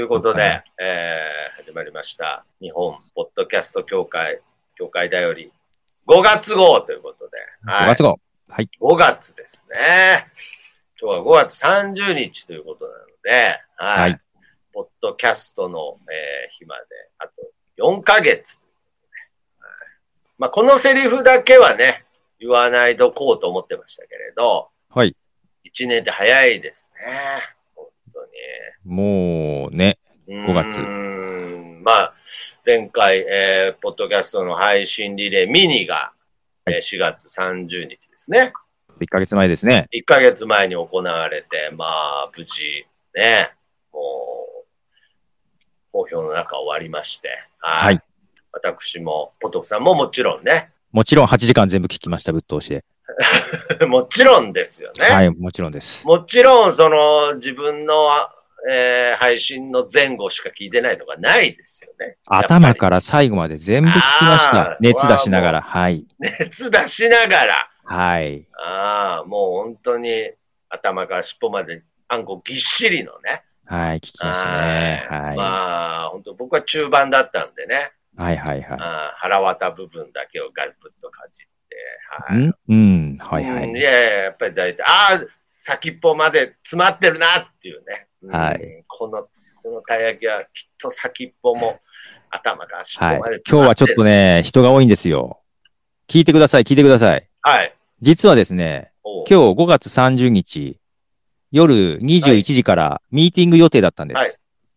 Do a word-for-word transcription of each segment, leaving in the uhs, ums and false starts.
ということで、えー、始まりました日本ポッドキャスト協会協会だよりごがつ号ということで、 はい、ごがつ号、はい、 ごがつですね。今日はごがつさんじゅうにちということなので、はい、はい、ポッドキャストの、えー、日まであとよんかげつ、はい、まあ、このセリフだけはね言わないとこうと思ってましたけれど、 はい、 いちねんって早いですね。本当にもうね、ごがつ。 うーん、まあ、前回、えー、ポッドキャストの配信リレーミニが、はい、えー、しがつさんじゅうにちですね。 いっかげつまえですね。 いっかげつまえに行われて、まあ、無事、ね、もう、好評の中終わりまして、はい。はい、私も、ポトフさんももちろんね。 もちろんはちじかん全部聞きました、ぶっ通しで。 もちろんですよね。 はい、もちろんです。 もちろん、その、自分の、えー、配信の前後しか聞いてないとかないですよね。 頭から最後まで全部聞きました。熱出しながら。はい。 熱出しながら。 はい。 ああ、もう本当に頭から尻尾まであんこぎっしりのね。 はい、聞きましたね。はい。 まあ、本当僕は中盤だったんでね。 はいはいはい。 あ腹渡部分だけをガルプッとかじって。 はい。うん、はいはい。 うん、いやいや、やっぱり大体、ああ、先っぽまで詰まってるなっていうね。 はい。 この、このたい焼きはきっと先っぽも頭から尻尾まで、 はい。今日はちょっとね、人が多いんですよ。聞いてください、聞いてください。 はい。 実はですね、今日ごがつさんじゅうにち、夜にじゅういちじからミーティング予定だったんです。はい。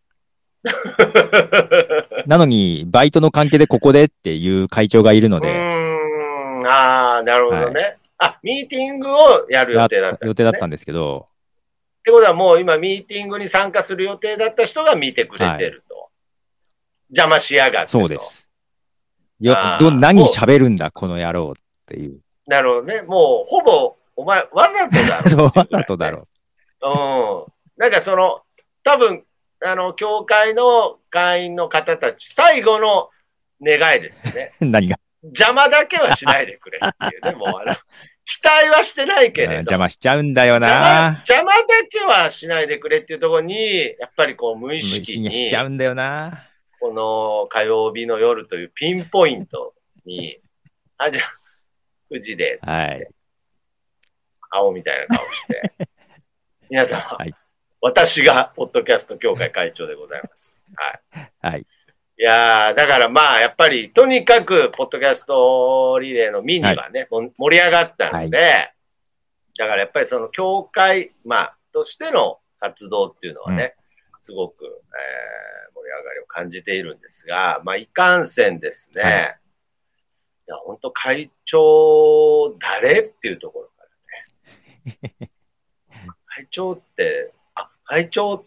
なのに、バイトの関係でここでっていう会長がいるので。うーん、ああ、なるほどね。はい、あ、ミーティングをやる予定だったんですね。 予定だったんですけど。 ってことはもう今ミーティングに参加する予定だった人が見てくれてると。はい、邪魔しやがってと。 そうです。よど何喋るんだ、この野郎っていう。 なるほどね。もう、ほぼ、お前、わざとだろ、ね。 そう、わざとだろ。 うん。なんかその、多分、あの、教会の会員の方たち、最後の願いですよね。 何が邪魔だけはしないでくれっていうね、もうあの、期待はしてないけれど。 邪魔しちゃうんだよな。 邪魔、邪魔だけはしないでくれっていうところに、やっぱりこう無意識に。 無意識にしちゃうんだよな。 この火曜日の夜というピンポイントに、あ、じゃあ、富士で、つって、はい、青みたいな顔して、皆様、はい、私がポッドキャスト協会会長でございます。はい。 はい。 いやー、だからまあ、やっぱり、とにかく、ポッドキャストリレーのミニはね、はい、盛り上がったので、はい、だからやっぱりその協会、まあ、としての活動っていうのはね、うん、すごく、えー、盛り上がりを感じているんですが、まあ、いかんせんですね、はい、いや、本当会長、誰っていうところからね。会長って、あ、会長って、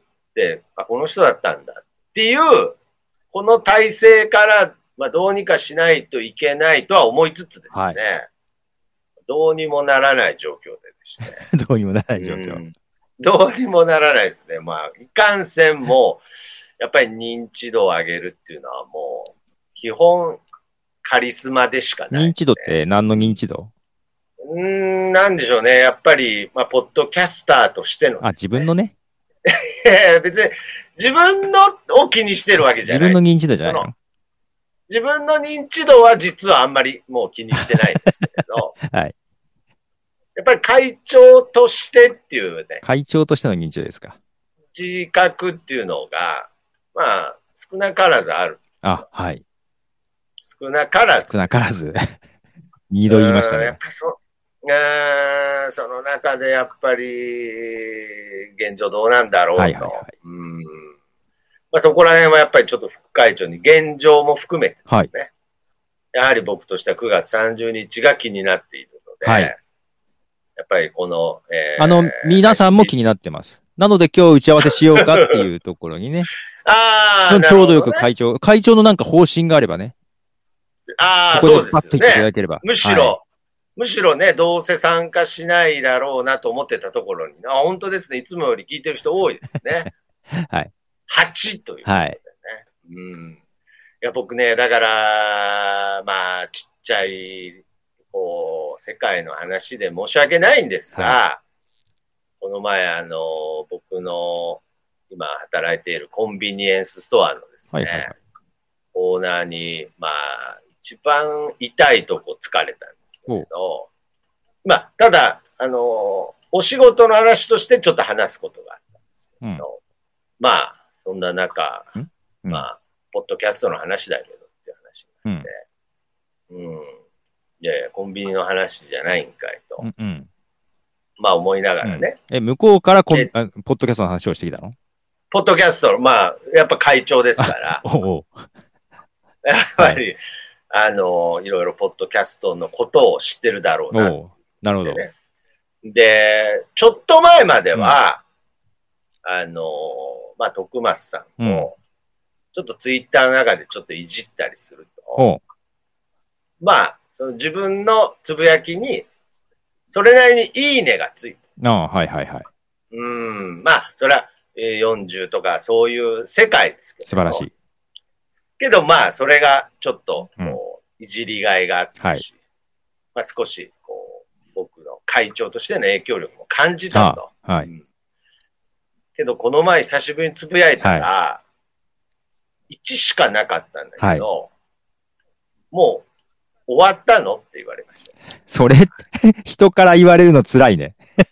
あ、この人だったんだっていう、この体制から、まあ、どうにかしないといけないとは思いつつですね、はい、どうにもならない状況ででして。 どうにもならない状況、うん。 どうにもならないですね。まあ、いかんせんも、やっぱり認知度を上げるっていうのはもう、基本、カリスマでしかない、ね。 認知度って何の認知度？ うーん、なんでしょうね。やっぱり、まあ、ポッドキャスターとしての、ね。 あ、自分のね。 別に、自分のを気にしてるわけじゃない。 自分の認知度じゃないの？ 自分の認知度は実はあんまりもう気にしてないんですけれど。 はい。 やっぱり会長としてっていうね。 会長としての認知度ですか。 自覚っていうのが、まあ、少なからずある。 あ、はい。 少なからず。 少なからず。二度言いましたね。 やっぱそ、あその中でやっぱり、現状どうなんだろうと。はいはいはい、うんまあ、そこら辺はやっぱりちょっと副会長に現状も含めてですね。はい、やはり僕としてはくがつさんじゅうにちが気になっているので、はい、やっぱりこの、えー、あの、皆さんも気になってます。なので今日打ち合わせしようかっていうところにね。 ああ、 ちょうどよく会長、ね、会長のなんか方針があればね。 ああ、そうですよね。 パッと言っていただければ。 むしろ、はい、むしろね、どうせ参加しないだろうなと思ってたところに、あ、本当ですね。いつもより聞いてる人多いですね。 はい。 はちということでね。はい、うん。いや、僕ね、だから、まあ、ちっちゃい、こう、世界の話で申し訳ないんですが、はい、この前、あの、僕の今働いているコンビニエンスストアのですね、はいはいはい、オーナーに、まあ、一番痛いとこ疲れたんですけど、まあ、ただ、あの、お仕事の話としてちょっと話すことがあったんですけど、うん、まあ、そんな中、うん、まあ、ポッドキャストの話だけどっていう話になって、うん、うん、いやいや、コンビニの話じゃないんかいと、うんうん、まあ思いながらね。 うん、え、向こうからコンあポッドキャストの話をしてきたの？ ポッドキャスト、まあ、やっぱ会長ですから、 おうおうやっぱり、はい、あの、いろいろポッドキャストのことを知ってるだろうな、ね。 なるほど。 で、ちょっと前までは、うん、あの、まあ、徳松さんも、うん、ちょっとツイッターの中でちょっといじったりすると、まあ、その自分のつぶやきに、それなりにいいねがついてる。ああ、はいはいはい。 うん、まあ、それはよんじゅうとかそういう世界ですけど。 素晴らしい。 けどまあ、それがちょっと、こう、いじりがいがあったし、はい、まあ少し、こう、僕の会長としての影響力も感じたと。 はい。うん、 けど、この前久しぶりにつぶやいたら、はい、いちしかなかったんだけど、はい、もう、終わったのって言われました。 それ、人から言われるの辛いね。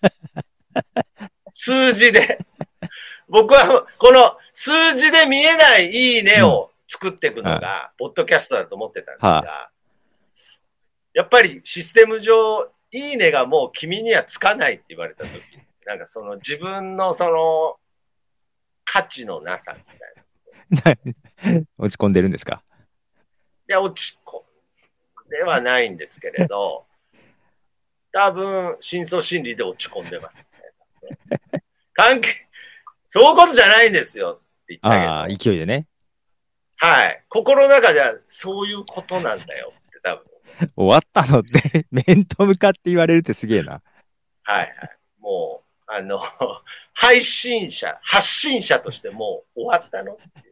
数字で。僕は、この数字で見えないいいねを作っていくのが、ポッドキャストだと思ってたんですが、はあ、やっぱりシステム上、いいねがもう君にはつかないって言われたとき、なんかその自分のその価値のなさみたいな。落ち込んでるんですか？ いや、落ち込んではないんですけれど、多分、深層心理で落ち込んでますね。関係、そういうことじゃないんですよって言ったけど。 ああ、勢いでね。 はい。心の中ではそういうことなんだよって多分。 終わったのって面と向かって言われるってすげえな。 はいはい。もう、あの、配信者、発信者としてもう終わったのっていう。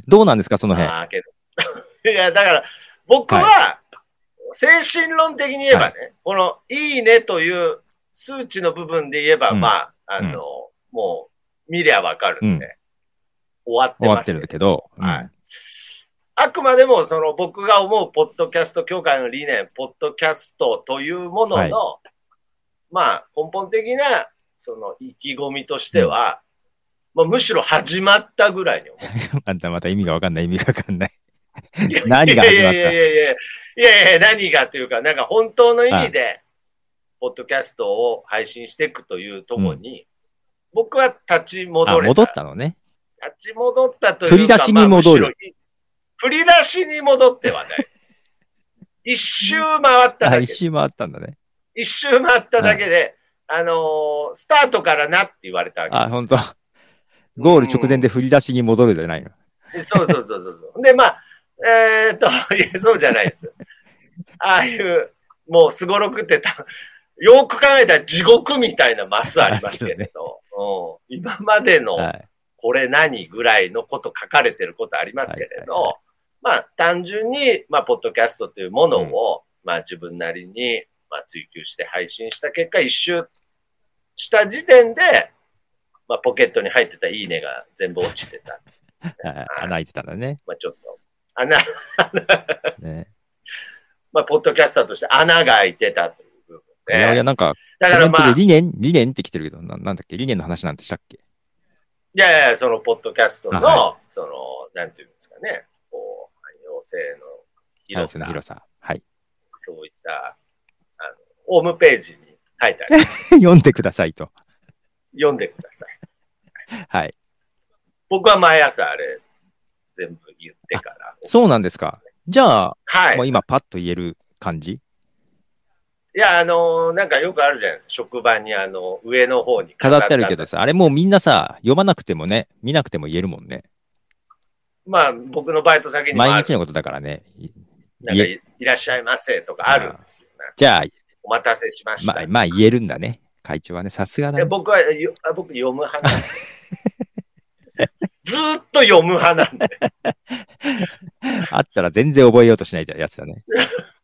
どうなんですか、その辺。ああけどいや、だから、僕は、精神論的に言えばね、はい、このいいねという数値の部分で言えば、うん、まあ、あの、うん、もう見りゃわかるんで、うん、終わってます、ね。 終わってるけど、 うん、はい。あくまでも、その僕が思うポッドキャスト協会の理念、ポッドキャストというものの、はい、まあ、根本的な、その意気込みとしては、うん、まあ、むしろ始まったぐらいに思う。 またまた意味がわかんない、意味がわかんない。何が始まった？いやいやいやいやいやいや、何がというか、なんか本当の意味で、ポッドキャストを配信していくというところに、うん、僕は立ち戻れた。 戻ったのね。 立ち戻ったというか、 振り出しに戻る。 まあ、振り出しに戻ってはないです。一周回っただけです。 一周回ったんだね。 一周回っただけで、うん、あのー、スタートからなって言われたわけです。 あ、本当。ゴール直前で振り出しに戻るじゃないの。 うん、そうそうそうそう。で、まあ、えー、っと、いや、そうじゃないです。ああいう、もうすごろくってた、よく考えたら地獄みたいなマスありますけれど、ね、うん、今までのこれ何ぐらいのこと書かれてることありますけれど、はいはいはい、まあ単純に、まあ、ポッドキャストというものを、うん、まあ自分なりに、まあ、追求して配信した結果、一周した時点で、まあポケットに入ってたいいねが全部落ちてた。 穴開いてたんだね。 まあちょっと、穴、ね、まあ、ポッドキャスターとして穴が開いてたという部分で。 いやいや、なんか、だからまあ、理念、理念って来てるけどな、なんだっけ、理念の話なんてしたっけ？いやいや、その、ポッドキャストの、はい、その、なんていうんですかね、こう、要請の広さ。 広さ。はい。 そういった、あの、ホームページに書いてある。 読んでくださいと。 読んでください。 はい。 僕は毎朝あれ、全部言ってから。 そうなんですか。じゃあ、 はい、 もう今パッと言える感じ？ いや、あのー、なんかよくあるじゃないですか。職場にあの、上の方に飾ってあるけどさ、あれもうみんなさ、読まなくてもね、見なくても言えるもんね。 まあ、僕のバイト先にもある。 毎日のことだからね。 なんかい、いらっしゃいませとかあるんですよね。 じゃあ、 お待たせしました。 まあ、まあ言えるんだね。会長はね、さすがだね。 僕はよ、僕読む派なんで。ずーっと読む派なんで。 あったら全然覚えようとしないやつだね。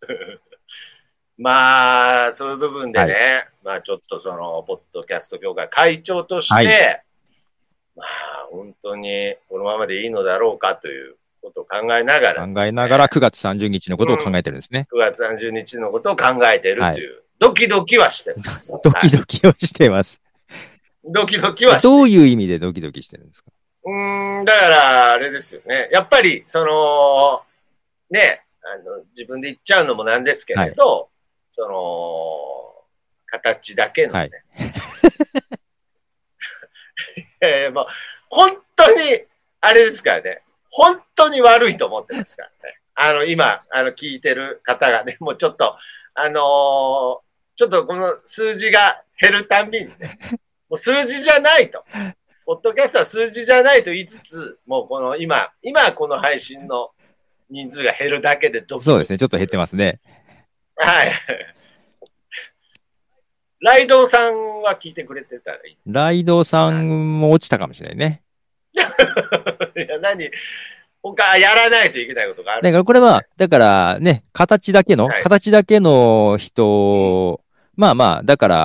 まあ、そういう部分でね、はい、まあちょっとその、ポッドキャスト協会会長として、はい、 まあ、本当にこのままでいいのだろうかということを考えながら、 ね、考えながらくがつさんじゅうにちのことを考えてるんですね。 うん、くがつさんじゅうにちのことを考えてるという、はい、ドキドキはしてます。 ドキドキをしてます。 はい、ドキドキはしてます。 どういう意味でドキドキしてるんですか？ うーん、だから、あれですよね。やっぱり、その、ね、あの、自分で言っちゃうのもなんですけれど、はい、その、形だけのね。はいえー、もう本当に、あれですからね、本当に悪いと思ってますからね。あの、今、あの、聞いてる方がね、もうちょっと、あのー、ちょっとこの数字が減るたんびにね、もう数字じゃないと。ポッドキャストは数字じゃないと言いつつ、もうこの今、今この配信の人数が減るだけでドキドキする。 そうですね、ちょっと減ってますね。 はい。ライドウさんは聞いてくれてたらいい。 ライドウさんも落ちたかもしれないね。 いや、何他やらないといけないことがある、 ね。だからこれは、だからね、形だけの、はい、形だけの人、うん、まあまあ、だから、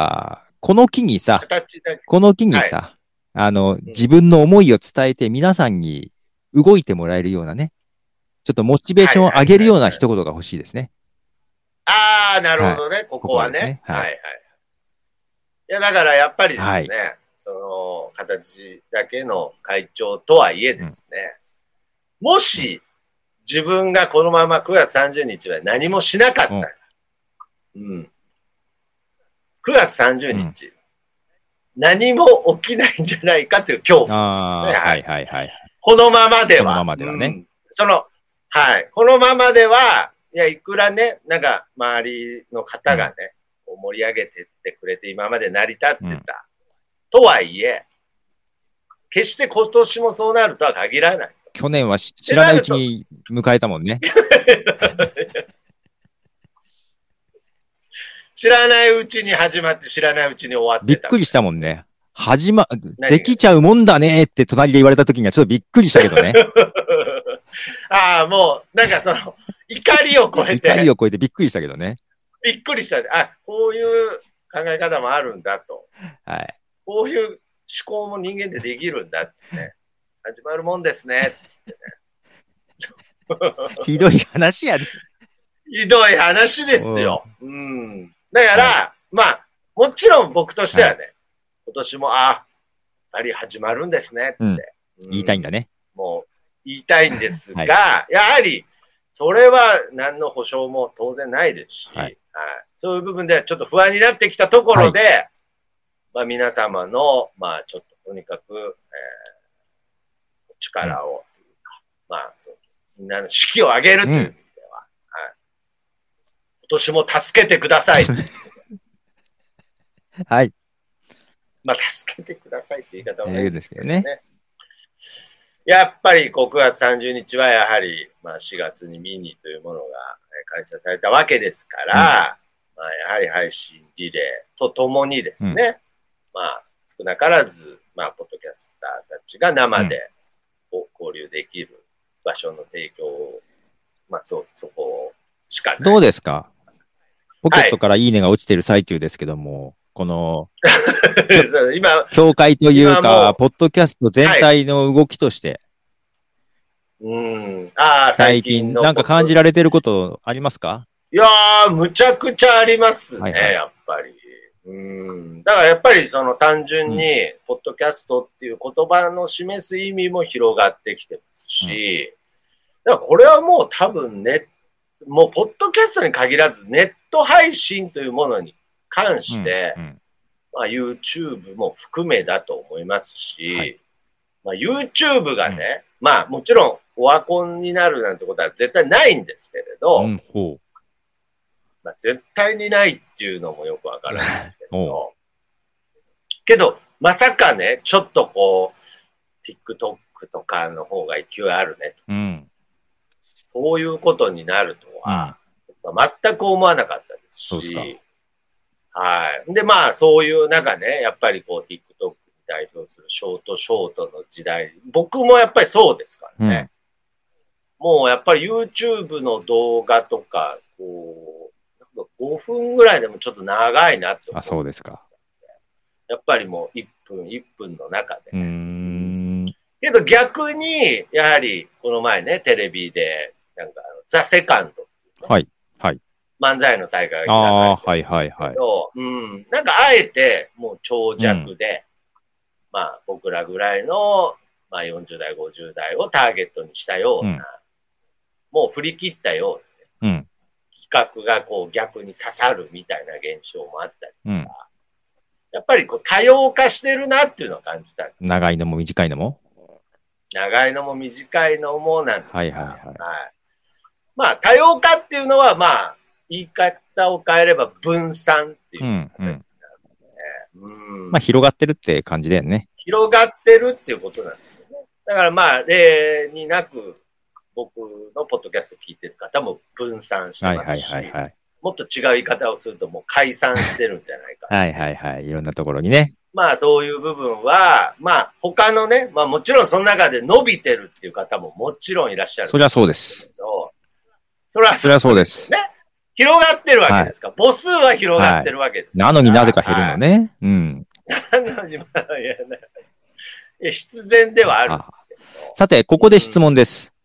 この機にさ、この機にさ、はい、あの、自分の思いを伝えて皆さんに動いてもらえるようなね、ちょっとモチベーションを上げるような一言が欲しいですね。 ああ、なるほどね、はい、ここはね。ここね、はい、はいはい。いや、だからやっぱりですね、はい、その、形だけの会長とはいえですね、うん、もし、自分がこのままくがつさんじゅうにちは何もしなかったら、うん、うん、くがつさんじゅうにち、うん、何も起きないんじゃないかという恐怖ですね。はいはいはい。このままでは。このままではね。うん、その、はい。このままでは、いや、いくらね、なんか、周りの方がね、うん、盛り上げてってくれて今まで成り立ってた。うん、とはいえ、決して今年もそうなるとは限らない。 去年は知らないうちに迎えたもんね。 知らないうちに始まって知らないうちに終わってた。びっくりしたもんね。始ま、できちゃうもんだねって隣で言われた時にはちょっとびっくりしたけどね。 ああ、もう、なんかその、怒りを超えて。 怒りを超えてびっくりしたけどね。 びっくりした。あ、こういう考え方もあるんだと。 はい。 こういう思考も人間でできるんだってね。始まるもんですね、つってね。ひどい話やで。 ひどい話ですよ。うん。だから、はい、まあ、もちろん僕としてはね、はい、今年も、あ、やっぱり始まるんですねって、うんうん、 言いたいんだね。 もう、言いたいんですが、はい、やはり、それは何の保証も当然ないですし、はいはい、そういう部分でちょっと不安になってきたところで、はい、まあ、皆様の、まあ、ちょっととにかく、えー、力を、うん、まあそう、みんなの士気を上げるという意味では、うん、はい、今年も助けてください。 はい。 まあ、助けてくださいって言い方はないですけどね。 やっぱりくがつさんじゅうにちはやはり、まあ、しがつにミニというものが開催されたわけですから、うん、まあ、やはり配信リレーとともにですね、うん、まあ、少なからず、まあ、ポッドキャスターたちが生で交流できる場所の提供を、まあ、そ、そこしかない。 どうですか？ポケットからいいねが落ちてる最中ですけども、はい、この、今、協会というか、ポッドキャスト全体の動きとして、 はい、うん、ああ、最近なんか感じられてることありますか？ いやー、むちゃくちゃありますね、はいはい、やっぱり。うん。だからやっぱりその単純に、ポッドキャストっていう言葉の示す意味も広がってきてますし、うん、だからこれはもう多分ね、もうポッドキャストに限らずネット配信というものに関して、うんうん、まあ、YouTube も含めだと思いますし、はい、まあ、YouTube がね、うん、まあもちろんオワコンになるなんてことは絶対ないんですけれど、うん、ほう、まあ、絶対にないっていうのもよくわからないんですけど、けど、まさかね、ちょっとこう、TikTok とかの方が勢いあるねと、うん、そういうことになるとは、うん、まあ、全く思わなかったですし、そうですか。はい。で、まあ、そういう中ね、やっぱりこう、TikTok に代表するショートショートの時代、僕もやっぱりそうですからね。うん、もうやっぱり YouTube の動画とか、こう、ごふんぐらいでもちょっと長いなって思う。 あ、そうですか。 やっぱりもういっぷん、いっぷんの中で、ね、 けど逆に、やはり、この前ね、テレビで、なんか、ザ・セカンド、ね。 はい。はい。 漫才の大会が開かれてるんですけど、 ああ、はいはいはい。 うん。なんか、あえて、もう長尺で、うん、まあ、僕らぐらいの、まあ、よんじゅう代、ごじゅう代をターゲットにしたような、うん、もう振り切ったような、ね、うん、企画がこう逆に刺さるみたいな現象もあったりとか、うん、やっぱりこう多様化してるなっていうのを感じた。 長いのも短いのも長いのも短いのもなんですが、 はいはいはい。はい、 まあ、多様化っていうのは、まあ、言い方を変えれば分散っていう、ね。うんうん。 うん、まあ、広がってるって感じだよね。 広がってるっていうことなんですよね。だからまあ、例になく、僕のポッドキャスト聞いてる方も分散してますし、はいはいはいはい、もっと違う言い方をするともう解散してるんじゃないか。 はいはいはい。いろんなところにね。 まあそういう部分は、まあ他のね、まあもちろんその中で伸びてるっていう方ももちろんいらっしゃる。 そりゃそうです。 それはそうです。ね。広がってるわけですから、はい、母数は広がってるわけです、 はい。なのになぜか減るのね。はい、うん。 なのに、まあ、いや、いや必然ではあるんですけど。 さて、ここで質問です。うん、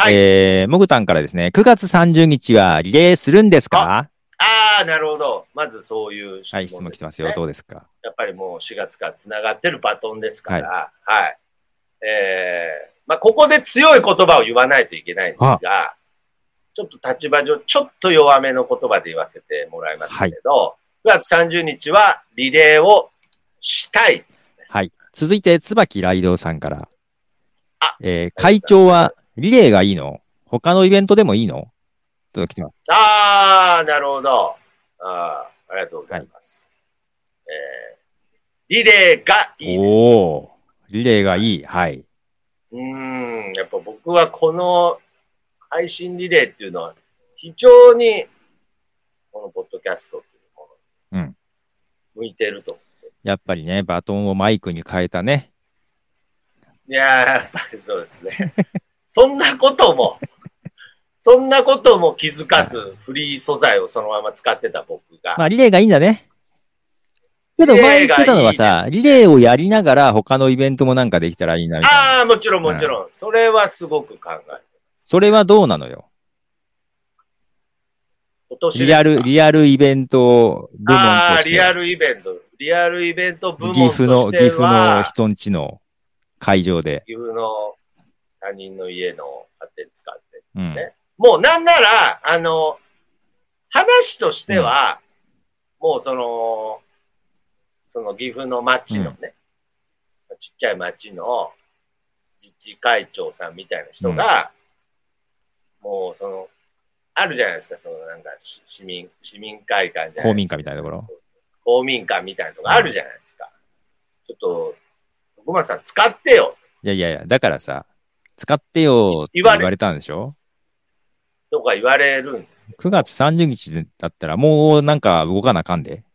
はい。えー、もぐたんからですね、くがつさんじゅうにちはリレーするんですか？ ああ、なるほど。まずそういう質問です、ね。 はい、質問来てますよ。どうですか？ やっぱりもうしがつからつながってるバトンですから、はい。はい、えー、まあ、ここで強い言葉を言わないといけないんですが、ちょっと立場上、ちょっと弱めの言葉で言わせてもらいますけれど、はい、くがつさんじゅうにちはリレーをしたいですね。 はい。続いて、椿雷道さんから。あ、えー、会長はリレーがいいの？他のイベントでもいいの？と来てます。 ああ、なるほど。ああ、ありがとうございます。はい、えー、リレーがいいです。おー、 リレーがいい。はい。 うーん、やっぱ僕はこの配信リレーっていうのは非常にこのポッドキャストっていうものに向いてると思って、うん。 やっぱりね、バトンをマイクに変えたね。 いやー、やっぱりそうですね。そんなことも、そんなことも気づかず、フリー素材をそのまま使ってた僕が。 まあ、リレーがいいんだね。けど前言ってたのはさ、リレーをやりながら他のイベントもなんかできたらいいなみたいな。 ああ、もちろんもちろん。それはすごく考えてます。 それはどうなのよ。 今年リアル、リアルイベント部門として。 ああ、リアルイベント。リアルイベント部門としては。 岐阜の、岐阜の人んちの会場で。 岐阜の他人の家の勝手に使ってね、うん。もうなんなら、あの、話としては、うん、もうその、その岐阜の町のね、うん、ちっちゃい町の自治会長さんみたいな人が、うん、もうその、あるじゃないですか、そのなんか市民、市民会館じゃないですか。 公民館みたいなところ公民館みたいなところあるじゃないですか。うん、ちょっと、徳松さん使ってよ。 いやいやいや、だからさ、使ってよって言われたんでしょ？ とか言われるんです。 くがつさんじゅうにちだったらもうなんか動かなあかんで。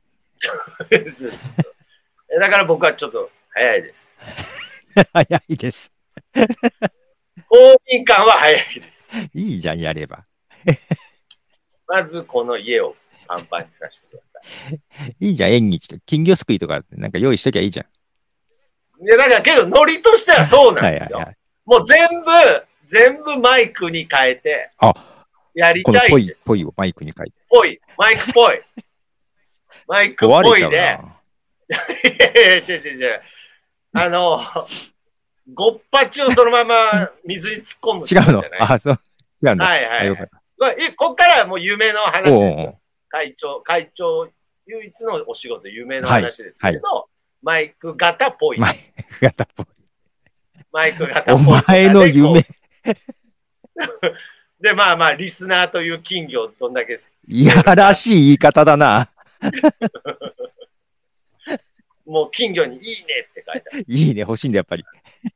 だから僕はちょっと早いです。 早いです。 公民館は早いです。 いいじゃん、やれば。 まずこの家をパンパンにさせてください。いいじゃん、縁日と金魚すくいとかなんか用意しときゃいいじゃん。 いや、だからけどノリとしてはそうなんですよ。はいはいはい、もう全部、全部マイクに変えて、やりたいんです。 ぽい、ぽいをマイクに変えて。 ぽい、マイクぽい。マイクぽいで。いやいや、違う違う違う。あの、ごっぱちをそのまま水に突っ込む。 違うの？あ、そう。違うんだ。 はいはい、はい。こっからはもう夢の話ですよ。おうおう会長、会長、唯一のお仕事、夢の話ですけど、はいはい、マイク型ぽい。 マイク型ぽい。 マイク型ぽい。 お前の夢。 で、まあまあ、リスナーという金魚をどんだけ。 いやらしい言い方だな。 もう金魚にいいねって書いてある。 いいね、欲しいんだ、やっぱり。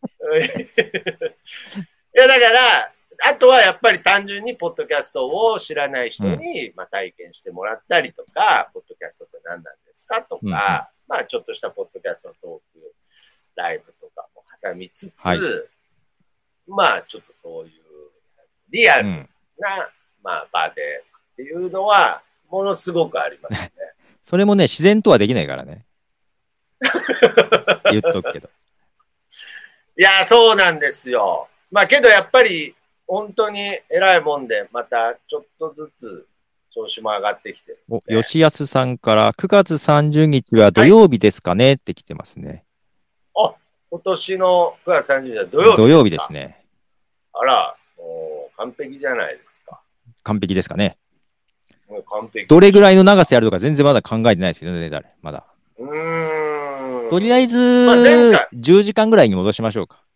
いや、だから、あとはやっぱり単純にポッドキャストを知らない人に、まあ、体験してもらったりとか、うん、ポッドキャストって何なんですかとか、うん、まあちょっとしたポッドキャストのトーク、ライブとかも挟みつつ、はい、まあちょっとそういうリアルな、うん、まあ場でっていうのはものすごくありますね。 それもね、自然とはできないからね。言っとくけど。 いや、そうなんですよ。まあけどやっぱり、本当に偉いもんで、またちょっとずつ調子も上がってきてる、 ね。お、吉安さんからくがつさんじゅうにちは土曜日ですかね、はい、って来てますね。 あ、今年のくがつさんじゅうにちは土曜日ですか？ 土曜日ですね。 あら、もう完璧じゃないですか。 完璧ですかね。 もう完璧。 どれぐらいの長さやるとか全然まだ考えてないですけどね、誰、まだ。 うーん。 とりあえず、まあ、前回じゅうじかんぐらいに戻しましょうか。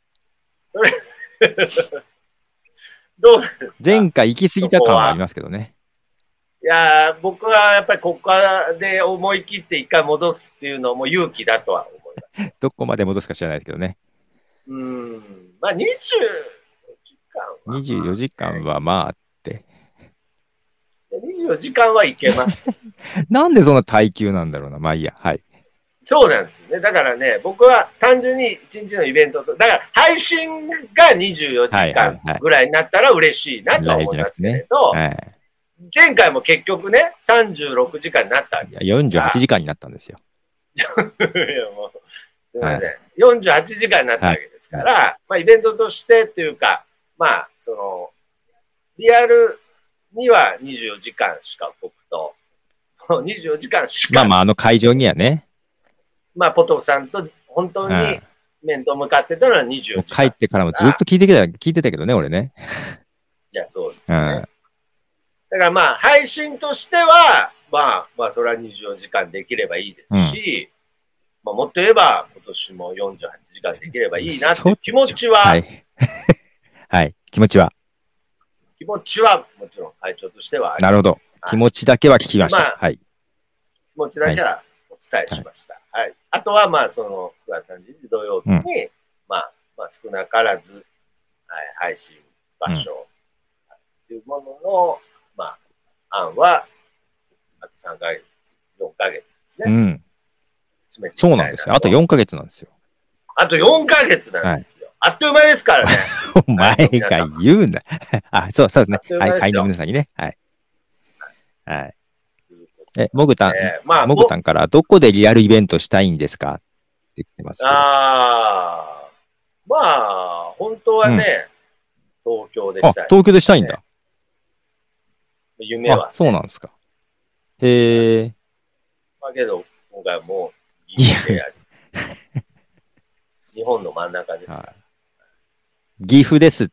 どうですか？ 前回行き過ぎた感はありますけどね。 いやー、僕はやっぱりここで思い切って一回戻すっていうのも勇気だとは思います。 どこまで戻すか知らないですけどね。 うーん。まあにじゅうよじかんは、まあ。 にじゅうよじかんはまあって。 にじゅうよじかんはいけます。 なんでそんな耐久なんだろうな。まあいいや。はい。 そうなんですよね。だからね、僕は単純にいちにちのイベントと、だから配信がにじゅうよじかんぐらいになったら嬉しいなと思いますけれど、はいはいはい、前回も結局ね、さんじゅうろくじかんになったわけですから。 よんじゅうはちじかんになったんですよ。 いやもうすみません、はい。よんじゅうはちじかんになったわけですから、はい、まあイベントとしてっていうか、まあ、その、リアルにはにじゅうよじかんしか僕と、にじゅうよじかんしか。 まあまあ、あの会場にはね。 まあ、ポトフさんと本当に面と向かってたのはにじゅうよじかん。 帰ってからもずっと聞いてきた、聞いてたけどね、俺ね。 いや、そうですよね。うん、だからまあ、配信としては、まあ、まあ、それはにじゅうよじかんできればいいですし、うん、まあ、もっと言えば、今年もよんじゅうはちじかんできればいいなっていう気持ちは、 はい。はい、気持ちは。 気持ちは、もちろん会長としてはあります。 なるほど。はい、気持ちだけは聞きました。まあ、はい。 気持ちだけはお伝えしました。はいはい、あとは、まあ、その、くがつさんじゅうにち土曜日に、うん、まあ、まあ、少なからず、はい、配信場所、というものの、まあ、案は、あとさんかげつ、よんかげつですね。うん。 詰めていきたいなと。そうなんですよ。あとよんかげつなんですよ。 あとよんかげつなんですよ。はい、あっという間ですからね。 お前が言うんだ。あ、そう、そうですね。はい、会員の皆さんにね。はい。はい。え、モグタン、えー、まあ、モグタンからどこでリアルイベントしたいんですかって来てますけど。 ああ、まあ、本当はね、うん、東京でしたい、ね。 あ、東京でしたいんだ。 夢は、ね。 あ、そうなんですか。へえ。 まあけど、今回もう、岐阜であり。日本の真ん中ですから、はい。 岐阜ですって。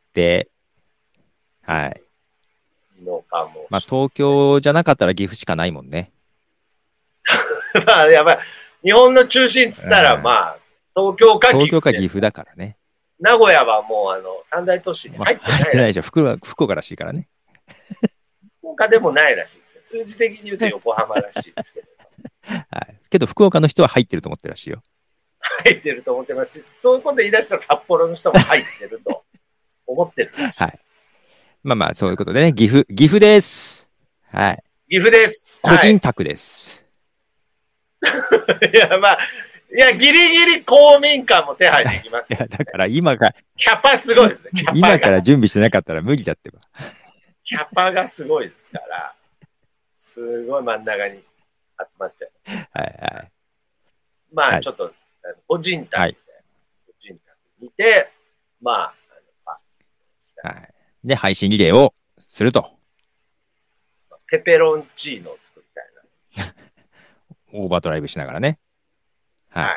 はい。 のかも、ね。 まあ、東京じゃなかったら岐阜しかないもんね。 まあ、やっぱり、日本の中心っつったら、まあ、東京か岐阜。 東京か岐阜だからね。 名古屋はもう、あの、三大都市に入ってない、まあ。 入ってないでしょ。福岡、福岡らしいからね。 福岡でもないらしいですね。数字的に言うと横浜らしいですけど。 はい。けど、福岡の人は入ってると思ってるらしいよ。 入ってると思ってますし、そういうこと言い出したら札幌の人も入ってると思ってるらしいです。はい。 まあまあ、そういうことでね、岐阜、岐阜です。はい。 岐阜です。 個人宅です。 はい、いや、まあ、いや、ギリギリ公民館も手配できますよ、ね。 いや、だから今が。 キャパすごいですね。キャパが今から準備してなかったら無理だってば。 キャパがすごいですから、すごい真ん中に集まっちゃいます。 はいはい。 まあ、はい、ちょっと、個人宅で、はい、個人宅見て、まあ、あのはい。で、配信リレーをすると。 ペペロンチーノを作りたいな。 オーバードライブしながらね。はい。はい、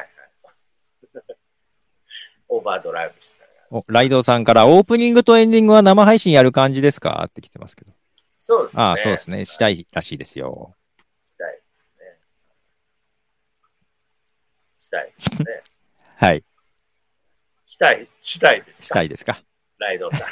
オーバードライブしながら。 お、ライドさんからオープニングとエンディングは生配信やる感じですかって来てますけど。 そうですね。 ああ、そうですね。したいらしいですよ。 したいですね。したいですね。 はい。 したい、したいですか。 したいですか。 ライドさん。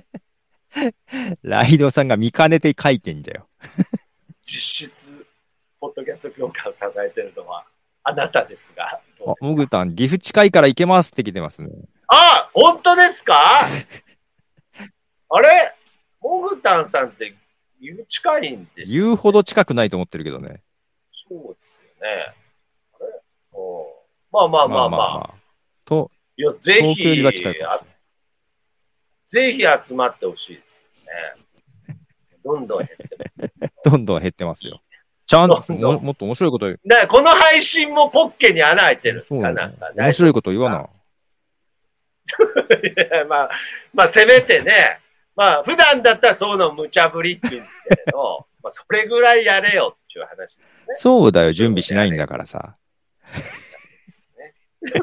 ライドさんが見かねて書いてんだよ。 実質、ポッドキャスト業界を支えてるのはあなたですが。 どうですか。あ、モグタン、岐阜近いから行けますって来てますね。 あ、本当ですか。あれモグタンさんって岐阜近いんですよ、ね。言うほど近くないと思ってるけどね。 そうですよね。あれおまあまあまあまあ。まあまあまあ、 と、 いや、ぜひ、 東京よりは近いかもしれない。 ぜひ集まってほしいですよね。どんどん減ってます。 どんどん減ってますよ。ちゃんとも、もっと面白いこと言う。 だからこの配信もポッケに穴開いてるんですか、なんか。 面白いこと言わな。 いやまあ、まあ、せめてね、まあ、普段だったらそうの無茶ぶりって言うんですけれど、まあ、それぐらいやれよっていう話ですよね。 そうだよ、準備しないんだからさ。 い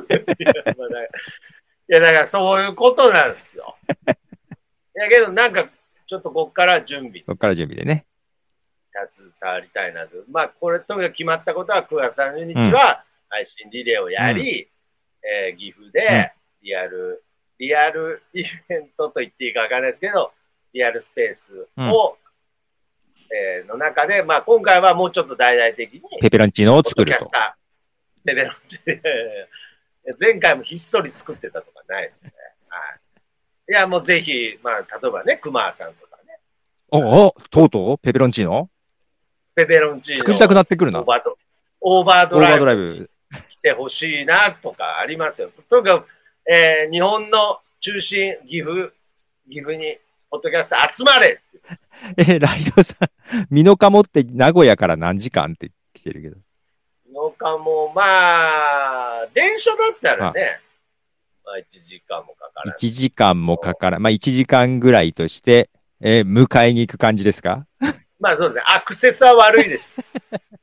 や、だからそういうことなんですよ。いやけど、なんか、ちょっとこっから準備。 こっから準備でね。 携わりたいなと。まあ、これとにかく決まったことはくがつさんじゅうにちは配信リレーをやり、うんえー、岐阜でリアル、うん、リアルイベントと言っていいかわからないですけど、リアルスペースを、うんえー、の中で、まあ、今回はもうちょっと大々的にペペロンチーノを作ると。 ペペロンチーノ前回もひっそり作ってたとかないですね。はい。いや、もうぜひ、まあ、例えばね、熊さんとかね。 おお、とうとうペペロンチーノペペロンチーノ。 作りたくなってくるな。 オーバードオーバードライブ。オーバードライブ。来てほしいなとかありますよ。とにかく、えー、日本の中心、岐阜、岐阜に、ポッドキャスト集まれえ、ライドさん、美濃加茂って名古屋から何時間って来てるけど。 美濃加茂、まあ、電車だったらね、まあいちじかんもかからない。 いちじかんもかからない。まあいちじかんぐらいとして、えー、迎えに行く感じですか？ まあそうですね。アクセスは悪いです。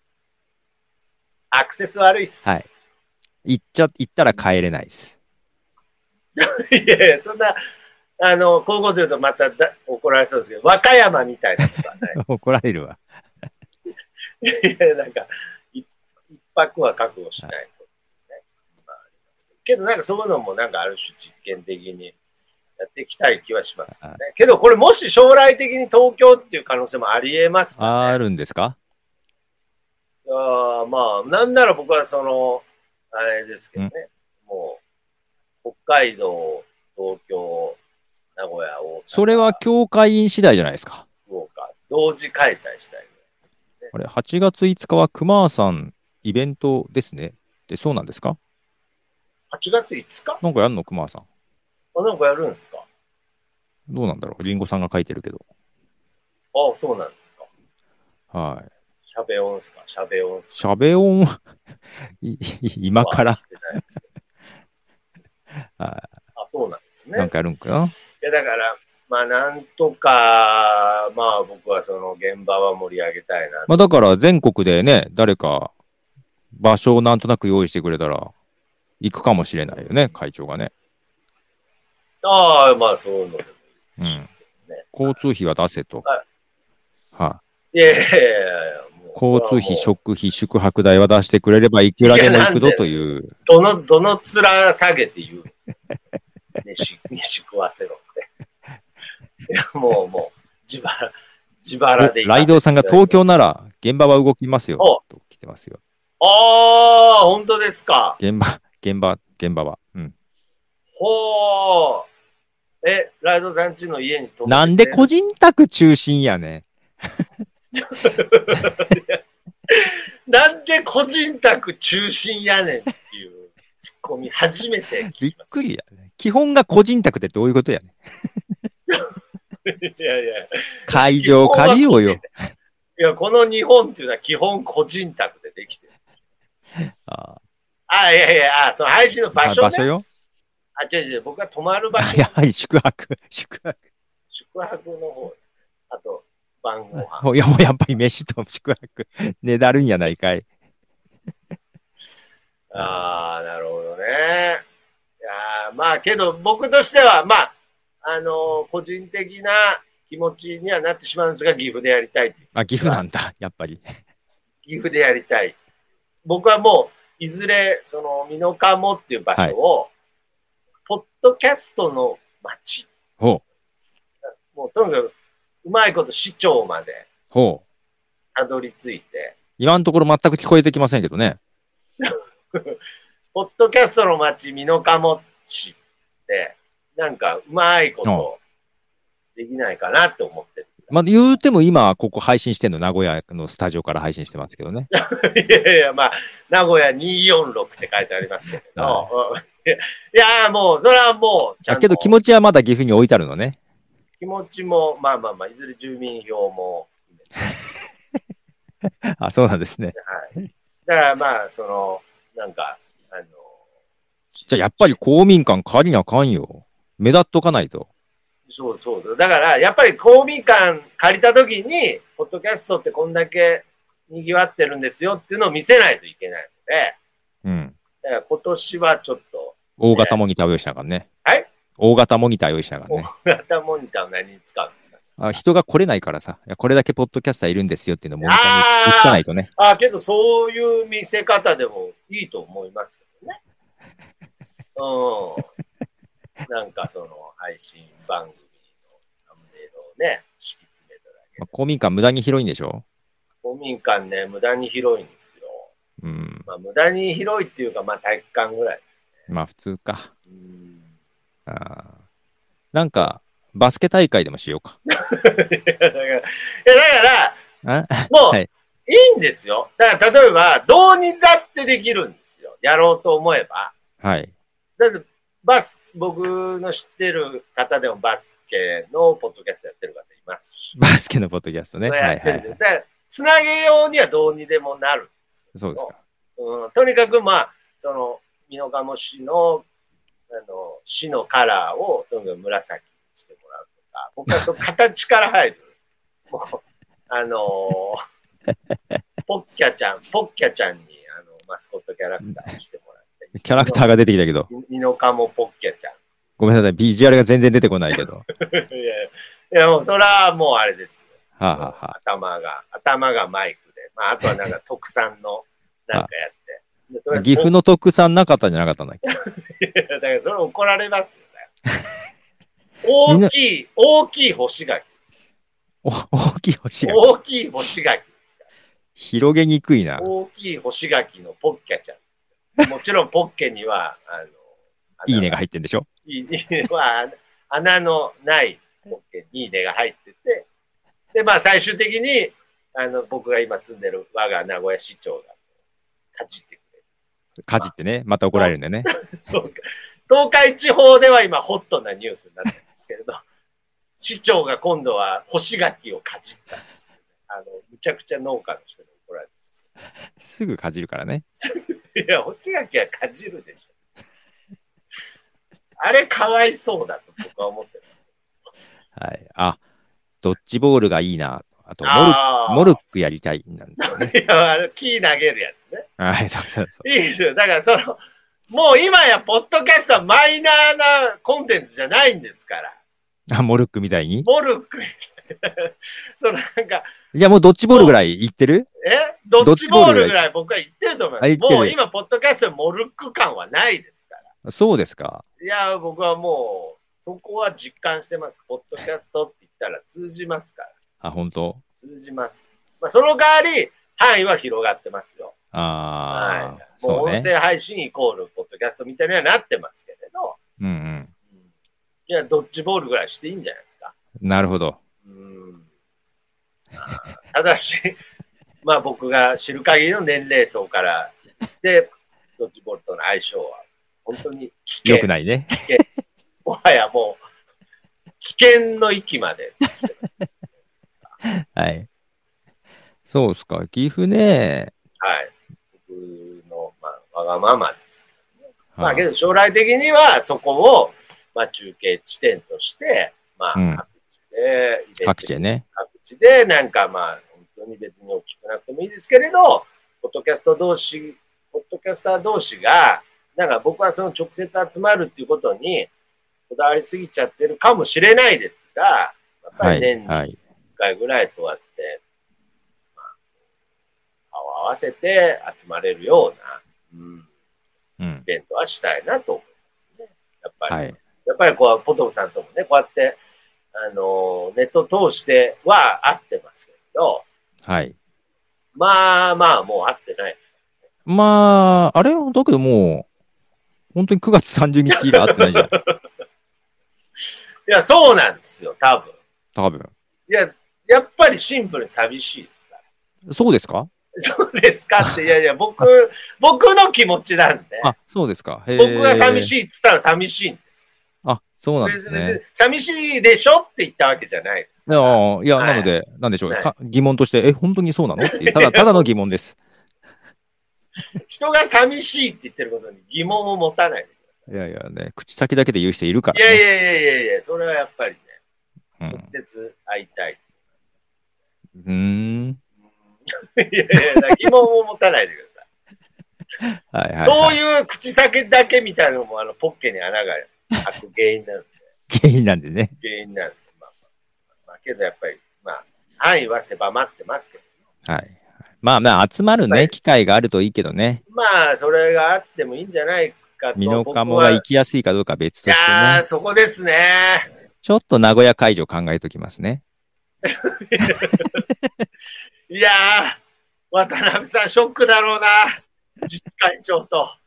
アクセス悪いっす。 はい。行っちゃ、行ったら帰れないです。 いやいや、そんな、あの、こういうこと言うとまただ怒られそうですけど、和歌山みたいなことはないです。 怒られるわ。 いや、なんか、一泊は覚悟しないと、ね。まあ、けどなんかそういうのもなんかある種実験的にやっていきたい気はしますけどね。けどこれもし将来的に東京っていう可能性もありえますからね。 あるんですか？ あまあ、なんなら僕はその、あれですけどね、もう、北海道、東京、名古屋、大阪。 それは教会員次第じゃないですか。 福岡、同時開催したいです、ね。 あれ、はちがついつかは熊さんイベントですね。で、そうなんですか？ はちがついつか？ なんかやるの熊さん。 あ、なんかやるんですか？ どうなんだろう、リンゴさんが書いてるけど。 ああ、そうなんですか。はい。 しゃべ音ですか？しゃべ音ですか？ しゃべ音今から。 あ、そうなんですね。 なんかやるんかな？いや、だから、まあ、なんとか、まあ、僕はその現場は盛り上げたいな。 まあ、だから全国でね、誰か場所をなんとなく用意してくれたら、行くかもしれないよね、会長がね。 ああ、まあ、そういうのでもいいですし、ね、 うん。交通費は出せと。はい。 はあ、いやいやいや交通費、食費、宿泊代は出してくれればいくらでも行くぞという。 どの、どの面下げて言うんですか？飯、飯食わせろって。いや、もう、もう、自腹、自腹で。 ライドウさんが東京なら現場は動きますよ、と来てますよ。 ああ、本当ですか。 現場、現場、現場は。うん。 ほー。え、ライドさんちの家に泊まなんで個人宅中心やね。 なんで個人宅中心やねんっていうツッコミ初めて聞きました。 びっくりやね。基本が個人宅ってどういうことやねん。 いやいや。 会場借りようよ。 いや、この日本っていうのは基本個人宅でできてる。ああ、いやいや、あその配信の場所ね。場所よ。あ、違う違う、僕が泊まる場所。 やはり宿泊。宿泊。 宿泊の方です。あと、晩ご飯。 いや、もうやっぱり飯と宿泊。ねだるんやないかい。 ああ、なるほどね。いやまあ、けど僕としては、まあ、あのー、個人的な気持ちにはなってしまうんですが、岐阜でやりたい。 あ、岐阜なんだ、やっぱり。 岐阜でやりたい。僕はもう、いずれ、その、美濃加茂っていう場所を、はい、ポッドキャストの街。 ほう。もう、とにかく、うまいこと市長まで、 ほう。 たどり着いて。 今のところ全く聞こえてきませんけどね。 ポッドキャストの街、美濃加茂市って、なんか、うまいことできないかなって思ってる。 まあ、言うても今、ここ配信してんの、名古屋のスタジオから配信してますけどね。 いやいや、まあ、名古屋にーよんろくって書いてありますけど、はい、いや、もう、それはもう、 ちゃんと。だけど気持ちはまだ岐阜に置いてあるのね。 気持ちも、まあまあまあ、いずれ住民票も。 あ、そうなんですね。 はい。だからまあ、その、なんか、あの、 じゃあやっぱり公民館借りなあかんよ。目立っとかないと。 そうそう。だから、やっぱり公民館借りたときに、ポッドキャストってこんだけ賑わってるんですよっていうのを見せないといけないので、 うん。 だから今年はちょっと、 大型モニターを用意しながらね。 はい？ 大型モニター用意しながらね。 大型モニターを何に使うんですか？ あ、人が来れないからさ、いやこれだけポッドキャスターいるんですよっていうのをモニターに映さないとね。 ああ、けどそういう見せ方でもいいと思いますけどね。うん。なんかその配信番組のサムネイルをね、敷き詰めただけ、 まあ。公民館無駄に広いんでしょ？ 公民館ね、無駄に広いんですよ。 うん。 まあ無駄に広いっていうか、まあ体育館ぐらいですね。 まあ普通か。 うん。 あなんか、バスケ大会でもしようか。 いや、だから、いやだからもう、はい、いいんですよ。だから例えば、どうにだってできるんですよ。やろうと思えば。 はい。 だってバス、僕の知ってる方でもバスケのポッドキャストやってる方いますし。 バスケのポッドキャストね。 やってるんで、はいはいはい、つなげようにはどうにでもなるんですけど。 そうですか。 うん、とにかく、まあ、その、美濃加茂市の、あの、市のカラーをとにかく紫にしてもらうとか、僕はその形から入る。もう、あのー、ポッキャちゃん、ポッキャちゃんに、あの、マスコットキャラクターにしてもらって。 キャラクターが出てきたけど。 美濃加茂ポッキャちゃん。 ごめんなさい、ビジュアルが全然出てこないけど。 いやいや、もうそれはもうあれですよ。 はあはあ、 頭が、頭がマイクで、まあ、あとはなんか特産のなんかやって。 岐阜の特産なかったんじゃなかったんだっけ？ いや、だからそれ怒られますよね。大きい、大きい干し柿です。 大きい干し柿。 大きい干し柿ですから。 広げにくいな。 大きい干し柿のポッキャちゃんです。もちろんポッケには、あの、 いいねが入ってんでしょ？ いいねは、穴のないポッケにいいねが入ってて、で、まあ最終的に、あの、僕が今住んでる我が名古屋市長がかじってくれる。 かじってね、また怒られるんだよね。 東海地方では今ホットなニュースになってるんですけれど、市長が今度は干し柿をかじったんです、ね。あの、むちゃくちゃ農家の人に怒られてます。 すぐかじるからね。 いや、干し柿はかじるでしょ。あれかわいそうだと僕は思ってるんですよ。 はい。あ、ドッジボールがいいな。あとモル、モルックやりたいなんだよね。 いや、あの、木投げるやつね。 はい、そうそうそう。 いいですよ。だからその、もう今や、ポッドキャストはマイナーなコンテンツじゃないんですから。 あ、モルックみたいにモルックみたいな。そのなんか。 じゃあもうドッジボールぐらい言ってる？ えドッジボールぐらい僕は言ってると思います。もう今、ポッドキャストにモルック感はないですから。 そうですか。 いや、僕はもう、そこは実感してます。ポッドキャストって言ったら通じますから。 あ、本当？ 通じます。まあ、その代わり、範囲は広がってますよ。 ああ、 はい。もう音声配信イコールポッドキャストみたいにはなってますけれど。 うんうん。 いや、ドッジボールぐらいしていいんじゃないですか。 なるほど。 うんただし、まあ僕が知る限りの年齢層からで、ドッジボールとの相性は本当に危険。 良くないね。 もはやもう、危険の域まで。 はい。そうっすか。岐阜ね。 はい。僕の、まあ、わがままです、ね。まあけど将来的にはそこを、まあ中継地点として、まあ、うん、各地で、 各地でね。 各地で、なんかまあ、本当に別に大きくなくてもいいですけれど、ポッドキャスト同士、ポッドキャスター同士が、なんか僕はその直接集まるっていうことに、こだわりすぎちゃってるかもしれないですが、やっぱり年にいっかいぐらいそうやって、まあ、顔を合わせて集まれるような、うん、イベントはしたいなと思いますね。やっぱり。はい、やっぱりこう、ポトフさんともね、こうやって、あの、ネット通しては会ってますけど、 はい。 まあまあ、もう会ってないですからね。 まあ、あれだけどもう、本当にくがつさんじゅうにち以来会ってないじゃん。 いや、そうなんですよ、多分。 多分。 いや、やっぱりシンプルに寂しいですから。 そうですか？ そうですかって、いやいや、僕、僕の気持ちなんで。 あ、そうですか。 僕が寂しいっつったら寂しいんです。 あ、そうなんですね。 寂しいでしょって言ったわけじゃないです。 いや、いや、はい、なので、なんでしょう、はい、疑問として、え、本当にそうなのっていう、ただ、ただの疑問です。 人が寂しいって言ってることに疑問を持たないでくだいやいやね、口先だけで言う人いるからね。いやいやいやいやいや、それはやっぱりね、直接会いたい。 うーん。 いやいや、疑問を持たないでください。はいはいはい、そういう口先だけみたいなのも、あの、ポッケに穴が開く原因なんで。 原因なんでね。 原因なんで。まあ、まあ、まあ、けどやっぱり、まあ、範囲は狭まってますけど、ね。はい。まあまあ、集まるね、機会があるといいけどね。 まあ、それがあってもいいんじゃないかと。 美濃加茂が行きやすいかどうかは別としてね。いやー、そこですね。 ちょっと名古屋会場考えときますね。 いやー、渡辺さん、ショックだろうな。実会長と。あ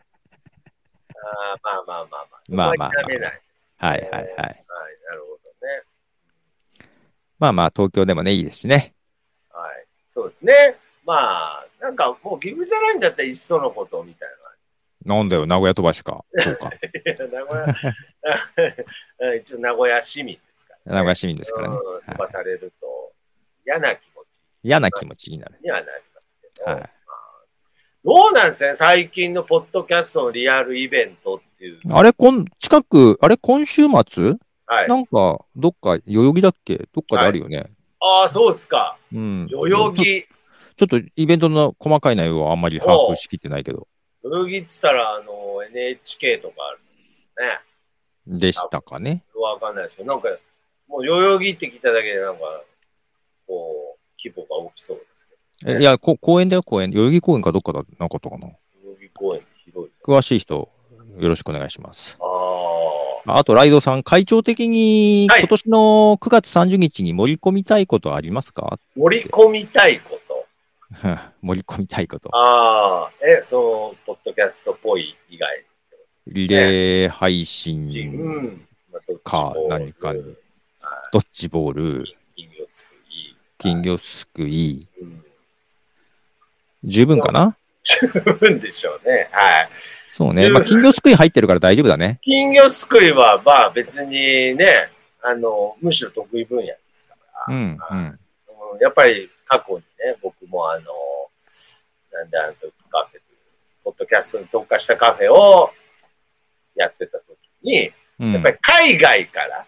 まあまあまあまあ。 まあまあ、まあ。はいはいはい。はい、なるほどね。まあまあ、東京でもね、いいですしね。 はい。そうですね。まあ、なんかもう岐阜じゃないんだったらいっそのことみたいな。なんだよ、名古屋飛ばしか。そうか。 名古屋、一応名古屋市民ですから、 ね。名古屋市民ですからね。 飛ばされると嫌な気持ち。 嫌な気持ちになる。 にはなりますけど。 はい。 まあ、どうなんですね、最近のポッドキャストのリアルイベントっていう。 あれ、こん、近く、あれ、今週末はい。 なんか、どっか、代々木だっけどっかであるよね。はい、 ああ、そうですか。 うん。 代々木。 ちょっとイベントの細かい内容はあんまり把握しきってないけど。 代々木って言ったら、あの、エヌエイチケー とかあるんですね。でしたかね。 わかんないですけど、なんか、もう代々木って聞いただけで、なんか、こう、規模が大きそうですけど、 ね。いや、こ公園だよ、公園。代々木公園かどっかだ、なかったかな。 代々木公園広い。 詳しい人、よろしくお願いします。 ああ。あと、ライドさん、会長的に、今年のくがつさんじゅうにちに盛り込みたいことありますか？ 盛り込みたいこと盛り込みたいこと。 ああ、え、その、ポッドキャストっぽい以外、ね。 リレー配信か、 うん、 何かに。ドッジボール。 金魚すくい。 金魚すくい。うん、十分かな？ 十分でしょうね。はい。 そうね。まあ、金魚すくい入ってるから大丈夫だね。 金魚すくいは、まあ別にね、あの、むしろ得意分野ですから。 うん、うん。 やっぱり過去にね、僕もあの、なんであの時カフェ、ポッドキャストに特化したカフェをやってた時に、うん、やっぱり海外から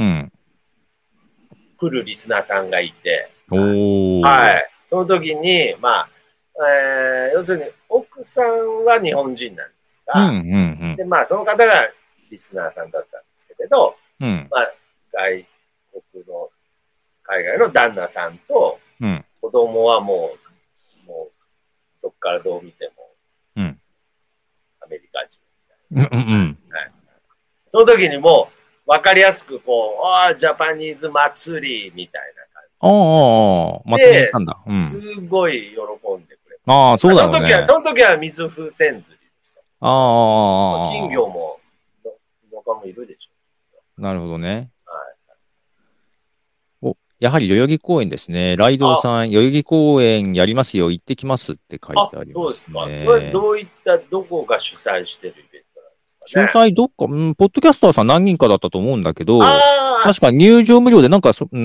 来るリスナーさんがいて、 うん、 はい。その時に、まあ、えー、要するに奥さんは日本人なんですが、 うんうんうん、 でまあその方がリスナーさんだったんですけれど、 うん、 まあ外国の海外の旦那さんと、 うん、 子供はもう、もう、どっからどう見ても、 うん、 アメリカ人みたいな。うんうん、 はい。その時にもう、わかりやすく、こう、ああ、ジャパニーズ祭りみたいな感じ。 ああ、祭りに行ったんだ。 うん、すごい喜んでくれた。ああ、そうだろうね。 その時は、その時は水風船釣りでした。 ああ、 金魚も、のかもいるでしょ。 なるほどね。お、やはり代々木公園ですね。ライドウさん、代々木公園やりますよ、行ってきますって書いてありますね。 そうですか。それどういった、どこが主催してるイベントなんですかね。 主催どっか、うん、ポッドキャスターさん何人かだったと思うんだけど、確か入場無料でなんかそ、うん、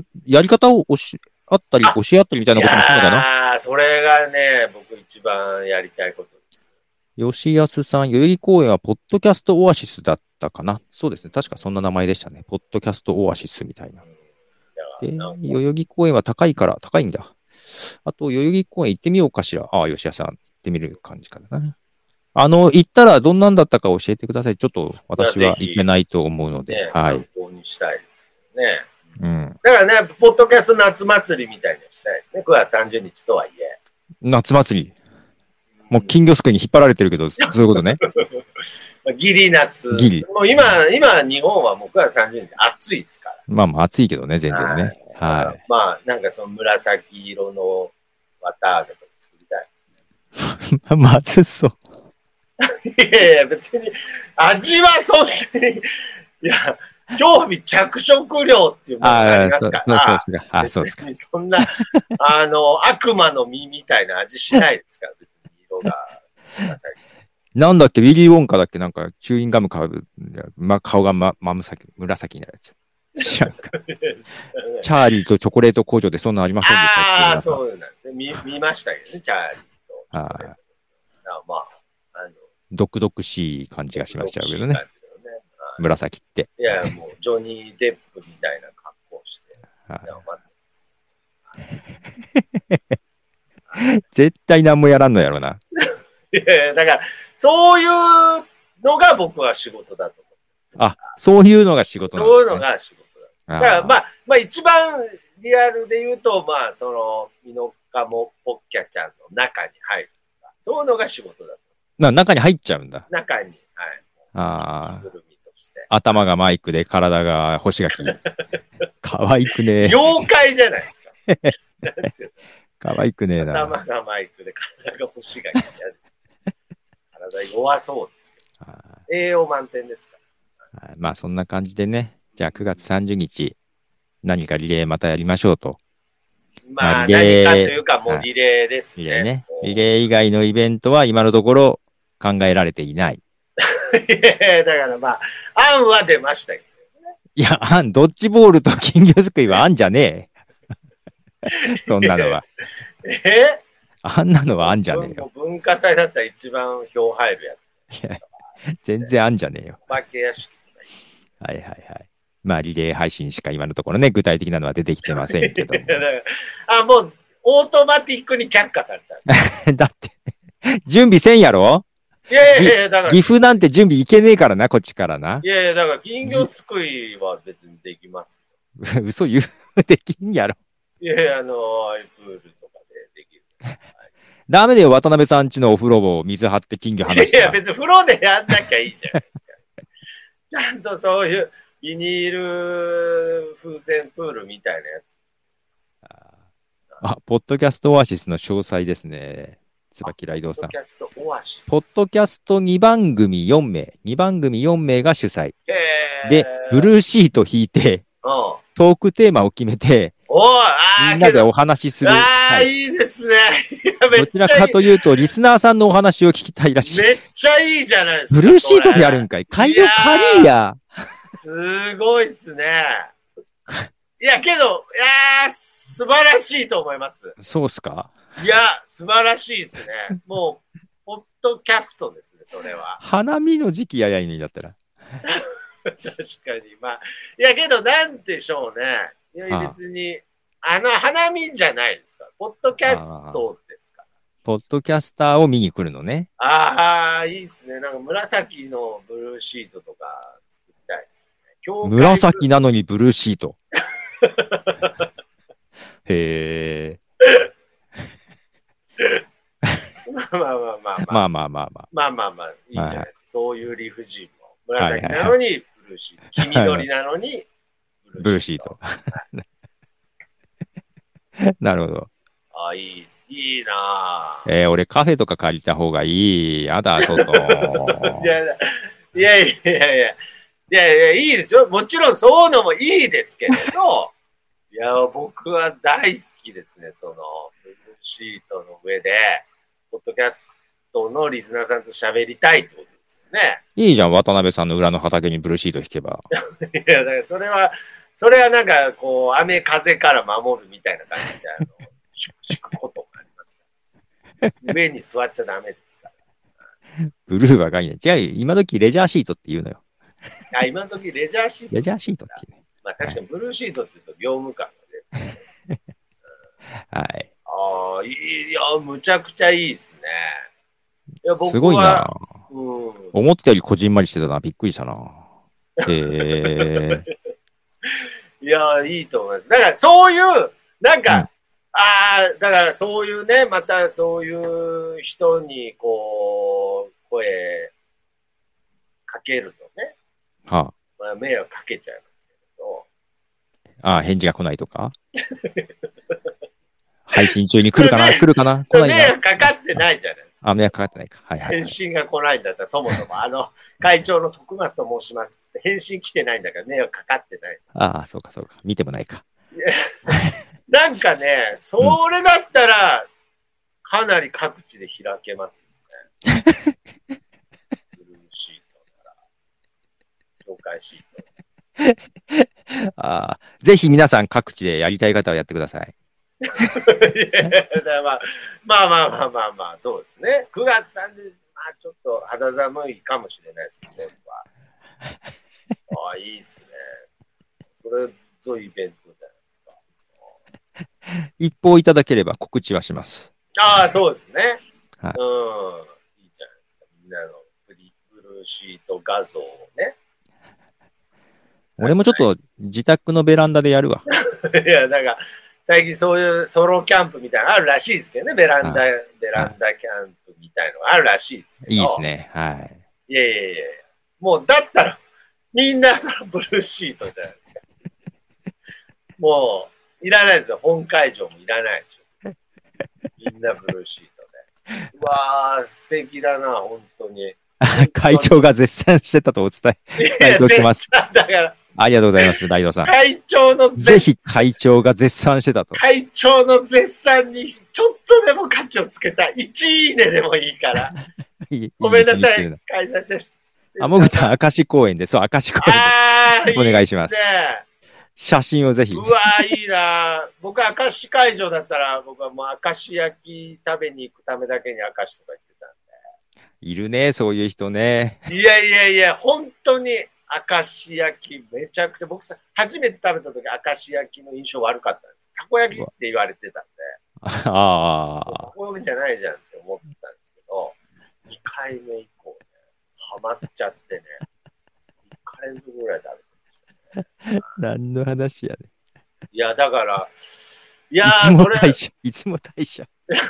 やり方を教え、あったり、教え合ったりみたいなこともするのかな。 ああ、それがね、僕一番やりたいことです。 吉安さん、代々木公園はポッドキャストオアシスだったかな。そうですね。確かそんな名前でしたね。ポッドキャストオアシスみたいな。で、代々木公園は高いから、高いんだ。あと、代々木公園行ってみようかしら。ああ、吉安さん、行ってみる感じかな。あの、行ったらどんなんだったか教えてください。ちょっと私は行けないと思うので。 ね、 はい。 参考にしたいですけどね。 うん。 だからね、ポッドキャスト夏祭りみたいにしたいですね。くがつさんじゅうにちとはいえ。 夏祭り。もう金魚すくいに引っ張られてるけど、そういうことね。 ギリ夏。 ギリ。 もう今、今、日本はもうくがつさんじゅうにち暑いですから。 まあまあ暑いけどね、全然ね。はい。はい、 まあ、なんかその紫色の綿揚げとか作りたいですね。 まずそう。 いやいや、別に、味はそんなに、いや、興味着色料っていうものがありますから、 そうですか。あ、そうですか。 そんな、あの、悪魔の実みたいな味しないですから、別に色が。 なんだっけ、ウィリー・ウォンカだっけ、なんか、チューインガム買う、ま、顔がま、まむさき、紫になるやつ。知らんか。チャーリーとチョコレート工場でそんなありませんでしたっけ？ ああ、そうなんですね。見、見ましたけどね、チャーリーと。 はい。 あまあ、あの、 毒々しい感じがしましちゃうけどね。紫って。 いや、もう、ジョニー・デップみたいな格好をして。 絶対何もやらんのやろな。 いや、だから、そういうのが僕は仕事だと思う。あ、そういうのが仕事なんですね。 そういうのが仕事だ。だから、まあ、まあ、一番リアルで言うと、まあ、その、ミノカモポッキャちゃんの中に入るとか、そういうのが仕事だと。 な、中に入っちゃうんだ。 中に、はい。 ああ。頭がマイクで体が干し柿。可愛くねえ。 妖怪じゃないですか。 可愛くねえな。 頭がマイクで体が干し柿。体弱そうですけど。栄養満点ですから。 まあそんな感じでね。じゃあくがつさんじゅうにち、何かリレーまたやりましょうと。 まあ、リレー何かというかもうリレーですね。 リレーね。リレー以外のイベントは今のところ考えられていない。 いやだからまあ、案は出ましたけどね。 いや、案、ドッジボールと金魚すくいは案じゃねえ。そんなのは。 えあんなのは案じゃねえよ。 文化祭だったら一番票入るやつ。 いや全然案じゃねえよ。 お化け屋敷。 はいはいはい。まあ、リレー配信しか今のところね、具体的なのは出てきてませんけども。 あ、もう、オートマティックに却下された。だって、準備せんやろいやいやいや、だから。 岐阜なんて準備いけねえからな、こっちからな。 いやいや、だから、金魚すくいは別にできます。 嘘言う、できんやろ。 いやいや、あの、プールとかでできる。はい、 ダメだよ、渡辺さんちのお風呂を水張って金魚離して。 いや、別に風呂でやんなきゃいいじゃないですか。ちゃんとそういうビニール風船プールみたいなやつ。 あ、ポッドキャストオアシスの詳細ですね。椿ライドウさん。ポッドキャストオアシス。ポッドキャストにばんぐみよんめい。にばんぐみよんめいが主催。で、ブルーシート引いて、トークテーマを決めて、 おあみんなでお話しする。 ああ、はい、いいですね。 どちらかというと、リスナーさんのお話を聞きたいらしい。 めっちゃいいじゃないですか。 ブルーシートでやるんかい。会場借りや。 すごいっすね。いや、けど、いやー、素晴らしいと思います。 そうっすか？ いや、素晴らしいですね。もう、ポッドキャストですね、それは。 花見の時期ややいいんだったら。 確かに。まあ、いや、けど、なんでしょうね。いや、別に、あ, あの、花見じゃないですか。ポッドキャストですから。 ポッドキャスターを見に来るのね。 ああ、いいっすね。なんか紫のブルーシートとか作りたいですね。 紫なのにブルーシート。へえ。 まあまあまあまあまあ。 まあまあまあまあ。 まあまあまあ、いいじゃないですか。そういう理不尽も。紫なのにブルーシート。黄緑なのにブルーシート。なるほど。 あ、いい、いいなぁ。えー、俺カフェとか借りた方がいい。やだ、外。 いやいやいやいやいや。いやいや、いいですよ。もちろんそういうのもいいですけれど、いや、僕は大好きですね。その、ブルーシートの上で、ポッドキャストのリスナーさんと喋りたいってことですよね。 いいじゃん、渡辺さんの裏の畑にブルーシート引けば。 いや、だからそれは、それはなんか、こう、雨風から守るみたいな感じで、あの、敷くこともありますから。上に座っちゃダメですから。 ブルーは概念。違うよ、今時レジャーシートって言うのよ。 あ、今時レジャーシート。 レジャーシートっていうね。 まあ確かにブルーシートって言うと業務感がね。 はい。 ああ、いい、いや、むちゃくちゃいいですね。いや、僕はすごいな、 うん。 思ったよりこじんまりしてたな。びっくりしたな。へえ。 いや、いいと思います。だからそういう、なんか、うん、ああ、だからそういうね、またそういう人にこう、声かけるとね。 はあ、 まあ、迷惑かけちゃいますけど。 ああ、返事が来ないとか配信中に来るかな来るかな来ないな。 迷惑かかってないじゃないですか。 あ、迷惑かかってないか。はいはい、はい。 返信が来ないんだったら、そもそも、あの、会長の徳松と申しますって、返信来てないんだから迷惑かかってない。 ああ、そうかそうか。見てもないか。 なんかね、それだったら、かなり各地で開けますよね。ブルーシートなら、紹介シート。ああ、ぜひ皆さん各地でやりたい方はやってください。 いやまあ、まあまあまあまあまあ、そうですね。くがつさんじゅうにち、 あちょっと肌寒いかもしれないですけど、ああ、いいっすね。それぞイベントじゃないですか。一報いただければ告知はします。 ああ、そうですね。 はい、 うん。いいじゃないですか。みんなのブリブルーシート画像をね。 俺もちょっと自宅のベランダでやるわ。 いや、なんか、最近そういうソロキャンプみたいなのあるらしいですけどね。ベランダ、ベランダキャンプみたいのがあるらしいですけど。 いいですね。はい。 いやいやいやもう、だったら、みんなそのブルーシートじゃないですか。もう、いらないですよ。本会場もいらないでしょ。みんなブルーシートで。うわー、素敵だな、本当に。 会長が絶賛してたとお伝え、伝えておきます。 だから。 ありがとうございます、大道さん。 会長のぜひ会長が絶賛してたと。 会長の絶賛にちょっとでも価値をつけたい。いちいいねでもいいから。ごめんなさい。開催せして。 あ、もぐた明石公園で、そう、明石公園で。お願いします。いいね、写真をぜひ。 うわー、いいな僕、明石会場だったら、僕はもう明石焼き食べに行くためだけに明石とか行ってたんで。 いるね、そういう人ね。 いやいやいや、本当に明石焼きめちゃくちゃ、僕さ、初めて食べた時明石焼きの印象悪かったんです。たこ焼きって言われてたんで。 ああ。 たこ焼きじゃないじゃんって思ってたんですけど、にかいめ以降ね、ハマっちゃってね、みっか連続ぐらい食べてましたね。 何の話やね。 いや、だから、いやー、いつも大社、いつも大社。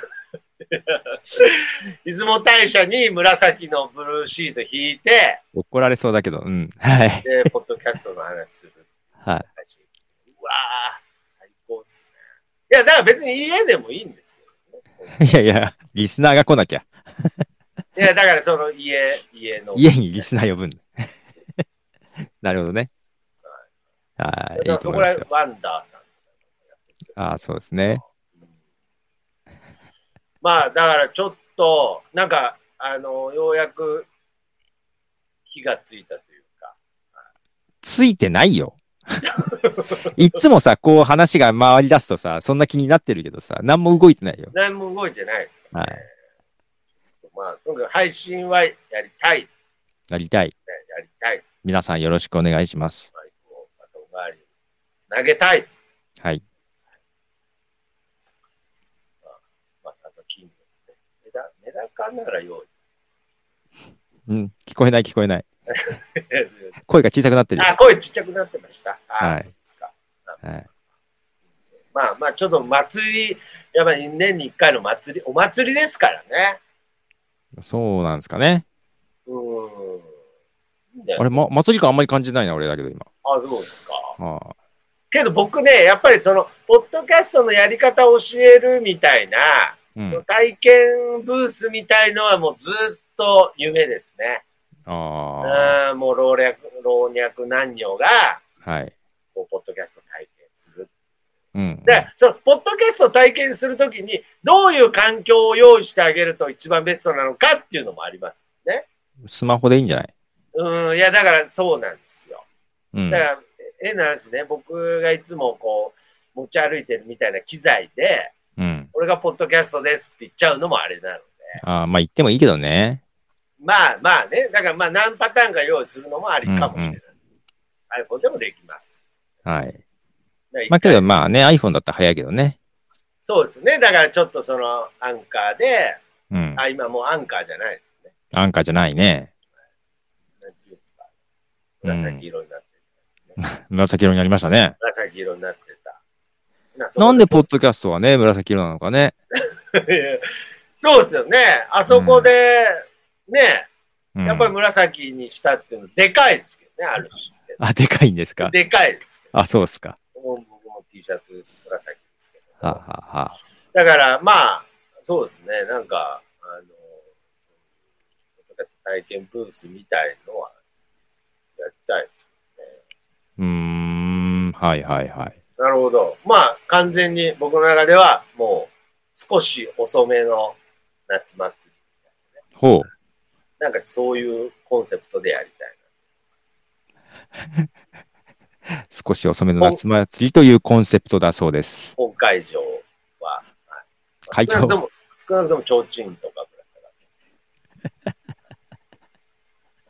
出雲大社に紫のブルーシート引いて、 怒られそうだけど、うん。はい。 で、ポッドキャストの話する。 はい。うわー、最高っすね。いや、だから別に家でもいいんですよ、 ね。いやいや、リスナーが来なきゃ。 いや、だからその家、家の。 家にリスナー呼ぶんだ。なるほどね。はい。いいそこらワンダーさん。 ああ、そうですね。 まあ、だからちょっと、なんか、あの、ようやく火がついたというか。 ついてないよ。いつもさ、こう話が回り出すとさ、そんな気になってるけどさ、何も動いてないよ。 何も動いてないですか、 ね。はい。 まあ、とにかく配信はやりたい。 やりたい。 やりたい。 皆さんよろしくお願いします。 つなげたい。 はい。 まあ、あと金ですね。メダ、メダカなら用意。 うん、聞こえない聞こえない。声が小さくなってる。 あ、声ちっちゃくなってました。あ、 はい。 そうですか。 はい。 まあまあ、ちょっと祭り、やっぱり年にいっかいの祭り、お祭りですからね。 そうなんですかね。 うん。 あれ、ま、祭り感あんまり感じないな、俺だけど今。 あ、そうですか。 はあ、 けど僕ね、やっぱりその、ポッドキャストのやり方を教えるみたいな、うん、体験ブースみたいのはもうずっと夢ですね。 ああもう老若、老若男女が、 はい。 こうポッドキャスト体験する。 うん、 で、その、ポッドキャストを体験するときに、どういう環境を用意してあげると一番ベストなのかっていうのもありますね。 スマホでいいんじゃない？ うん、いや、だからそうなんですよ。 うん、 だから、変な話ね、僕がいつもこう、持ち歩いてるみたいな機材で、 うん、 俺がポッドキャストですって言っちゃうのもあれなので。 ああ、まあ言ってもいいけどね。 まあまあね、だからまあ何パターンか用意するのもありかもしれない。うんうん、iPhone でもできます。 はい。まあけどまあね、iPhone だったら早いけどね。 そうですね。だからちょっとそのアンカーで、 うん、 あ、今もうアンカーじゃないですね。 アンカーじゃないね。 紫色になってた、ね。紫色になりましたね。 紫色になってた。 な, なんでポッドキャストはね、紫色なのかね。 そうですよね。あそこで、うん、ね、やっぱり紫にしたっていうのでかいですけどね、ある種。 あ、でかいんですか？ でかいですけど。 あ、そうですか。 僕も T シャツ紫ですけど。 はあ、はあはあ、 だからまあ、そうですね、なんか、あの、体験ブースみたいのはやりたいですよね。 うーん、はいはいはい。 なるほど。まあ、完全に僕の中ではもう少し遅めの夏祭りみたいなね。 ほう。 なんかそういうコンセプトでやりたいな。少し遅めの夏祭りというコンセプトだそうです。 本会場は。 はい、 少なくとも、少なくとも提灯とかぐらいか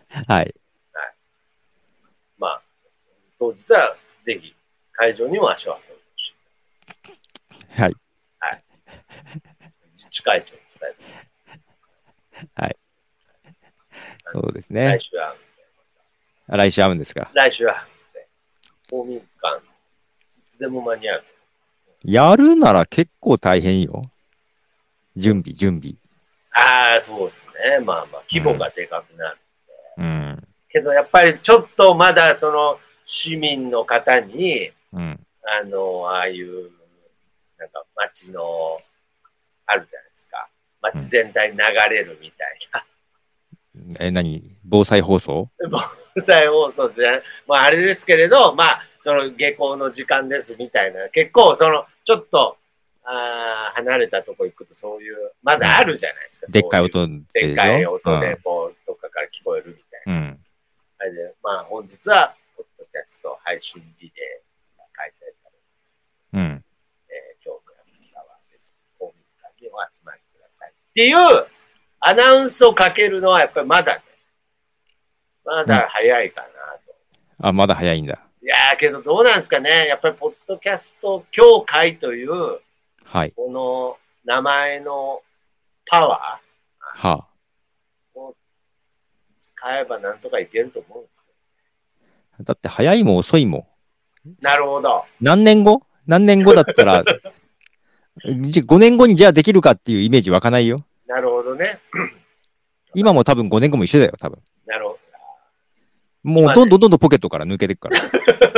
はい。 はい。まあ、当日はぜひ会場にも足を運んでほしい。 はい。 はい。自治会長に伝えております。 はい。そうですね。 来週会うんで。 来週会うんですか。 来週会うんで。公民館、いつでも間に合う。 やるなら結構大変よ。準備、準備。 ああ、そうですね。まあまあ、規模がでかくなる。 うん。 けど、やっぱりちょっとまだその市民の方に、 うん。 あの、ああいう、なんか街の、あるじゃないですか。街全体に流れるみたいな。 うん、え、何防災放送防災放送じゃ、まああれですけれど、まあ、その下校の時間ですみたいな、結構その、ちょっと、あ離れたとこ行くとそういう、まだあるじゃないですか。 うん、でっかい音ででっかい音で、こう、どっかから聞こえるみたいな。うん。あれで、まあ本日は、ポッドキャスト配信リレーが開催されます。うん。えー、今日からは、公民館にお集まりください。っていう、アナウンスをかけるのはやっぱりまだね、まだ早いかなと。 うん、あ、まだ早いんだ。 いやーけどどうなんですかね。やっぱりポッドキャスト協会という、 はい、 この名前のパワー、はあ、を使えばなんとかいけると思うんですけど。だって早いも遅いも。 なるほど。 何年後何年後だったら、ごねんごにじゃあできるかっていうイメージ湧かないよ。 なるほどね。 今も多分ごねんごも一緒だよ、多分。 なるほど。 もうどんどんどんどんポケットから抜けていくから。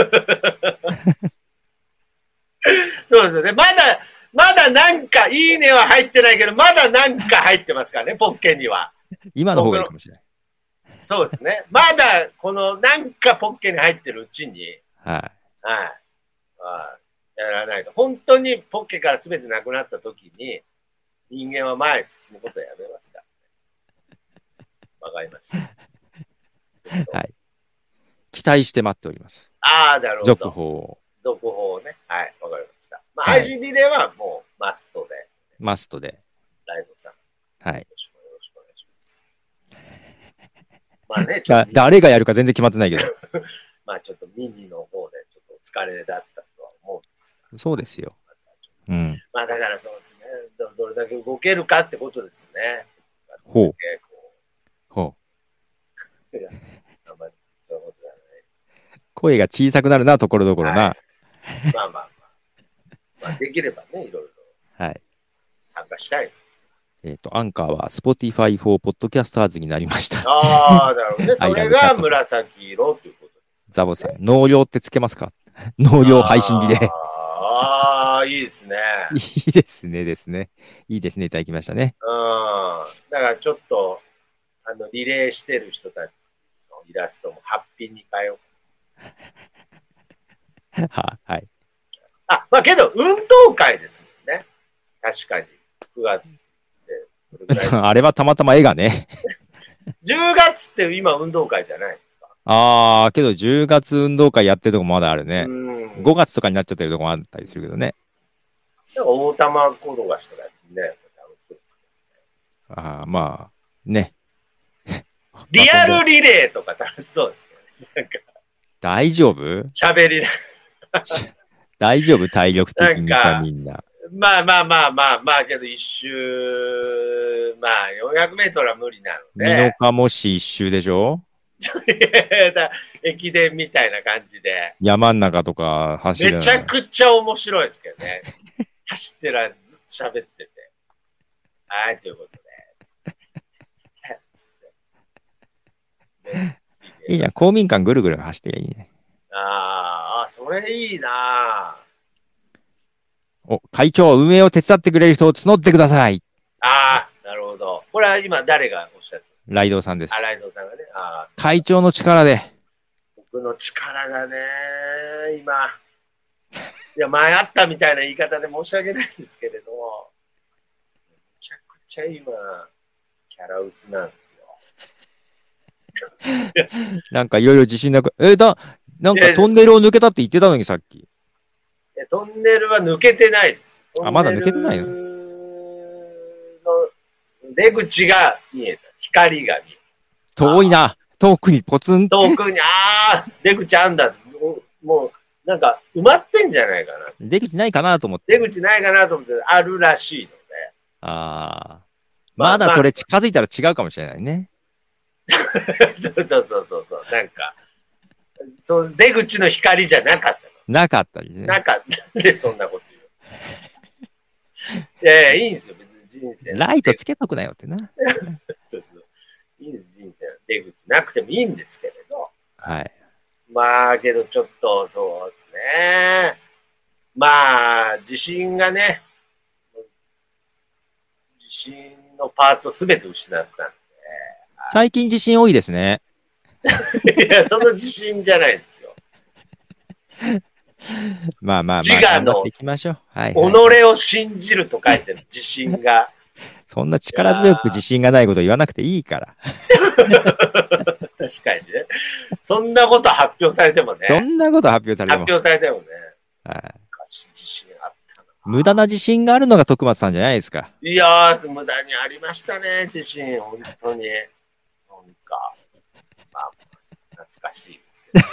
そうですよね。まだ、まだなんか、いいねは入ってないけど、まだなんか入ってますからね、ポッケには。 今の方がいいかもしれない。 そうですね。まだ、このなんかポッケに入ってるうちに、 はい。 はい。あやらないと。本当にポッケから全てなくなった時に、人間は前へ進むことをやめますから、ね。わかりました。 はい。期待して待っております。 ああ、なるほど。 続報を。 続報をね。はい、わかりました。まあ、配信リレーはもうマストで。 マストで。 ライドさん。 はい。よろしくお願いします。まあね、 ちょっと。誰がやるか全然決まってないけど。 まあちょっとミニの方でちょっとお疲れだったとは思うんですが。そうですよ。うん。 まあだからそうですね。ど, どれだけ動けるかってことですね。 ほう。ほう。声が小さくなるな、ところどころな。 はい、まあまあまあ。まあ、できればね、いろいろ参加したいです。 えっ、ー、と、アンカーは Spotify for Podcasters になりました。 ああ、なるほどね。それが紫色ということです、ね。 ザボさん、納涼ってつけますか？納涼配信リレー。 ああ、いいですね。 いいですねですね。いいですね、いただきましたね。 うん。だからちょっと、あの、リレーしてる人たちのイラストもハッピーに変えよう。 は、はい。 あ、まあけど、運動会ですもんね。確かに。くがつで。あれはたまたま絵がね。 じゅうがつって今運動会じゃないですか。 ああ、けどじゅうがつ運動会やってるとこまだあるね。ごがつとかになっちゃってるとこもあったりするけどね。 なんか大玉転がしたらね、楽しそうですけどね。ああ、まあ、ね。 リアルリレーとか楽しそうですけどね。なんか大丈夫？ 喋りな大丈夫？体力的にさ、みんな。 まあまあまあまあまあ、けど一周、まあよんひゃくメートルは無理なので。 美濃加茂市一周でしょ？ 駅伝みたいな感じで。 山ん中とか走る。 めちゃくちゃ面白いですけどね。走ってらずっと喋ってて。はい、ということで。 いいじゃん。公民館ぐるぐる走っていいね。 ああ、それいいな。 お、会長、運営を手伝ってくれる人を募ってください。 ああ、なるほど。これは今誰がおっしゃってる？ ライドさんです。 あ、ライドさんがね。あ、 会長の力で。 僕の力がね、今。いや、前あったみたいな言い方で申し訳ないんですけれども、めちゃくちゃ今、キャラ薄なんですよ。 なんかいろいろ自信なく、えー、だ、なんかトンネルを抜けたって言ってたのにさっき。 トンネルは抜けてないです。 あ、まだ抜けてないの？ 出口が見えた。光が見えた。 遠いな。 遠くにポツンと。遠くに、あー、出口あんだ。もう、なんか、埋まってんじゃないかな。 出口ないかなと思って。 出口ないかなと思って、あるらしいので。 ああ。まだそれ近づいたら違うかもしれないね。 そうそうそうそう。なんか、そう、出口の光じゃなかったの。 なかったですね。 なかった。で、そんなこと言う。いやいや、いいんですよ、別に人生。 ライトつけとくなよってな。 そうそういいんです、人生。出口なくてもいいんですけれど。 はい。 まあ、けどちょっと、そうですね。まあ、地震がね、地震のパーツをすべて失ったんで。 最近地震多いですね。 いや、その地震じゃないんですよ。 まあまあまあ、 自我の、 いきましょう。はい、 はい。己を信じると書いてる自信が。 そんな力強く自信がないこと言わなくていいから。 確かにね。そんなこと発表されてもね。 そんなこと発表されても。 発表されてもね。 はい。 自信あったな。 無駄な自信があるのが徳松さんじゃないですか。 いやー、無駄にありましたね、自信。本当に。なんか、まあ、懐かしいですけど。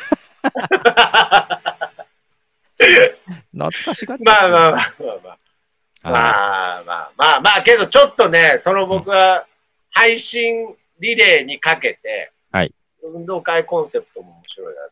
懐かしがって。 まあまあまあまあまあ。まあまあまあまあ、けどちょっとね、その僕は配信リレーにかけて、 はい。 運動会コンセプトも面白いなと思った、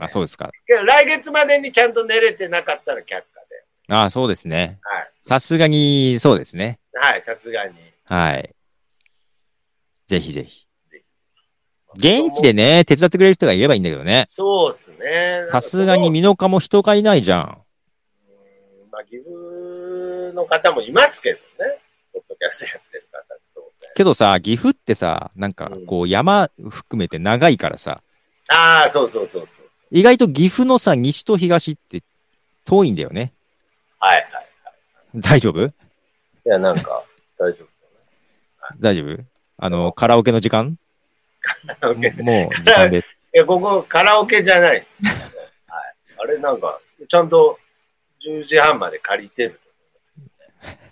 ね。あ、そうですか。 けど来月までにちゃんと寝れてなかったら却下で。 ああ、そうですね。 はい。 さすがに、そうですね。 はい、さすがに。 はい。ぜひぜひ。現地でね、手伝ってくれる人がいればいいんだけどね。 そうですね。 さすがに美濃加も人がいないじゃん。 うん、まあ、岐阜の方もいますけどね。ポッドキャストやってる方と。 けどさ、岐阜ってさ、なんかこう山含めて長いからさ。 うん、ああ、そうそうそうそう。 意外と岐阜のさ、西と東って遠いんだよね。 はいはいはい。 大丈夫？いや、なんか、大丈夫、 はい、大丈夫？あの、カラオケの時間？ カラオケもう時間です。 いや、ここカラオケじゃないんですよ、ね。はい。あれ、なんか、ちゃんとじゅうじはんまで借りてると思いますけどね。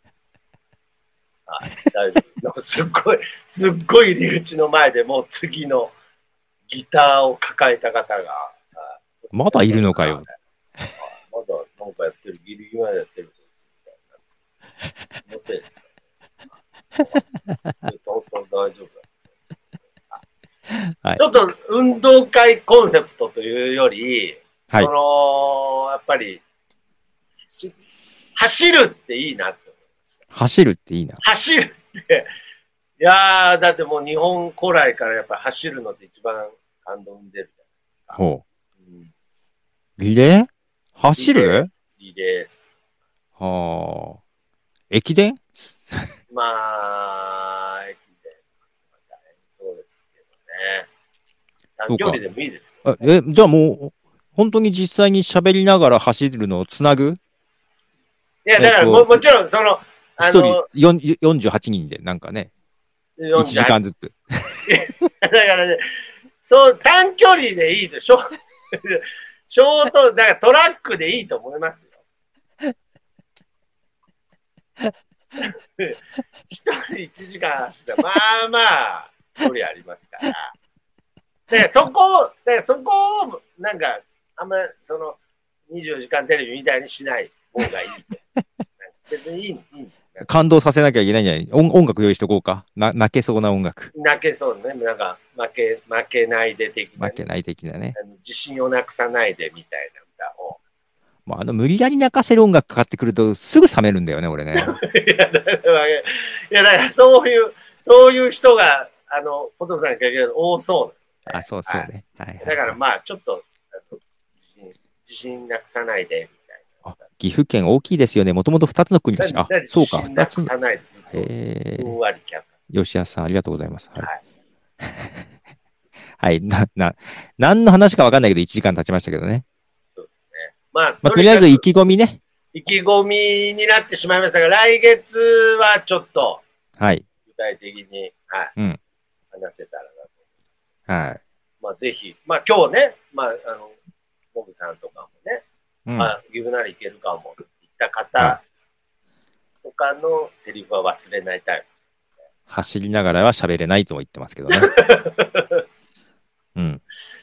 はい。大丈夫。なんかすっごい、すっごい入り口の前でもう次のギターを抱えた方が。 まだいるのかよ。 まだなんかやってる、ギリギリまでやってる。のせいですかね。本当大丈夫だ。はい、ちょっと運動会コンセプトというより、はい、その、やっぱり、走るっていいなって思いました。 走るっていいな。 走るって、いやー、だってもう日本古来からやっぱり走るのって一番感動生んでるじゃないですか。 ほう。うん、リレー？走る？ リレーです。 はあ。駅伝？ まあ、駅伝。そうですけどね。短距離でもいいですよ、 ね。え、じゃあもう、本当に実際に喋りながら走るのをつなぐ？ いや、だからも、もちろん、その、 あの、よんじゅうはちにんで、なんかね、いちじかんずつ。 だからね、そう、短距離でいいと、ショショート、だからトラックでいいと思いますよ。一人いちじかん走ったら、まあまあ、距離ありますから。で、そこを、でそこを、なんか、あんま、その、にじゅうよじかんテレビみたいにしない方がいい。別にいい、いい。 感動させなきゃいけないんじゃない？音音楽用意しとこうか。な泣けそうな音楽。 泣けそうね。なんか、負け、負けないで的な、 ね。負けない的なね。 自信をなくさないでみたいな歌を。 もうあの、無理やり泣かせる音楽かかってくると、すぐ冷めるんだよね、俺ね。いや、だから、いや、だからそういう、そういう人が、あの、ポトフさんに限らず多そう、 ね。あ、そうそうね。はい。はいはい、 だからまあ、ちょっと自信、自信なくさないで、みたいな。 あ、岐阜県大きいですよね。もともとふたつの国だし。あ、そうか。 自信なくさないで、ずっと。ふんわりキャップ。 吉安さん、ありがとうございます。はい。はい、はい、な、な、何の話かわかんないけど、いちじかん経ちましたけどね。 そうですね。まあ、 まあ、とりあえず意気込みね。 意気込みになってしまいましたが、来月はちょっと、 はい。 具体的に、はい。うん。話せたらなと思います。はい。 まあ、ぜひ、まあ、今日ね、まあ、あの、モブさんとかもね、うん、まあ、岐阜ならいけるかも、といった方とかのセリフは忘れないタイプ。 走りながらは喋れないとも言ってますけどね。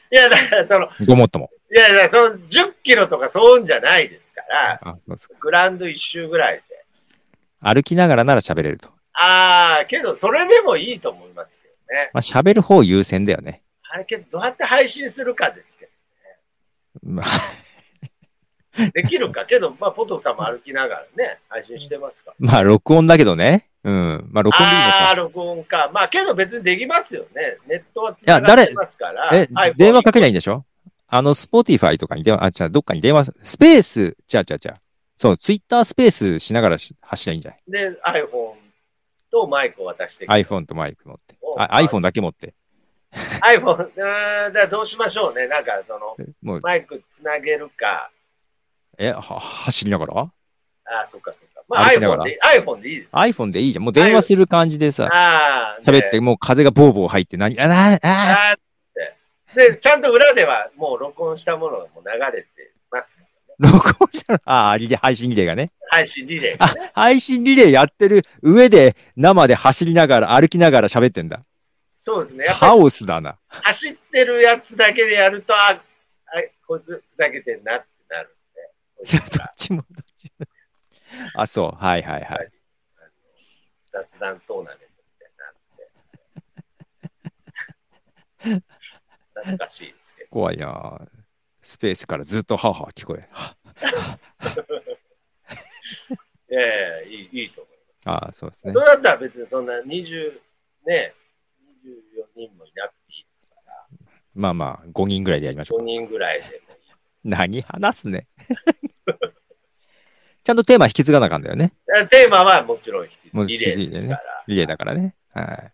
いや、だからその、 ごもっとも。 いやいや、そのじゅっキロとかそういうんじゃないですから、あそうそうグラウンド一周ぐらいで。 歩きながらなら喋れると。 ああ、けどそれでもいいと思いますけどね。 まあ喋る方優先だよね。 あれけど、どうやって配信するかですけどね。まあできるかけど、まあ、ポトフさんも歩きながらね、配信してますから、 ね。まあ、録音だけどね。うん。まあ、録音でいいのか。 ああ、録音か。まあ、けど別にできますよね。ネットはつながってますから。 え、電話かけないんでしょあの、スポティファイとかに電話、あ、じゃあ、どっかに電話、スペース、じゃあ、じゃあ、じゃあ。そう、ツイッタースペースしながら走りゃいいんじゃないで、iPhone とマイクを渡して iPhone とマイク持って。あ、iPhone だけ持って。 iPhone、うん、だからどうしましょうね。なんか、その、もうマイクつなげるか。 え、は、走りながらああ、そっかそっか。まあ iPhone で、iPhone でいいです。 iPhone でいいじゃん。もう電話する感じでさ、喋って、もう風がボーボー入って、何、ああ、ああって。で、ちゃんと裏ではもう録音したものがもう流れてますからね。録音したのああ、リレー、配信リレーがね。 配信リレーが、ね。 あ、配信リレーやってる上で生で走りながら、歩きながら喋ってんだ。 そうですね。 カオスだな。 走ってるやつだけでやると、あ、あこいつふざけてんなってなる。 いや、どっちもどっちも。あ、そう。はいはいはい。 雑談トーナメントみたいになって。懐かしいですけど。 怖いな。スペースからずっとハーハー聞こえ。 いやいや、いい、いいと思います。 ああ、そうですね。 それだったら別にそんなにじゅう、ね、にじゅうよにんもいなくていいですから。 まあまあ、ごにんぐらいでやりましょう。 ごにんぐらいでもいい。 何話すね。ちゃんとテーマ引き継がなあかんだよね。 テーマはもちろん引き継いでですから。 リレーだからね。はい。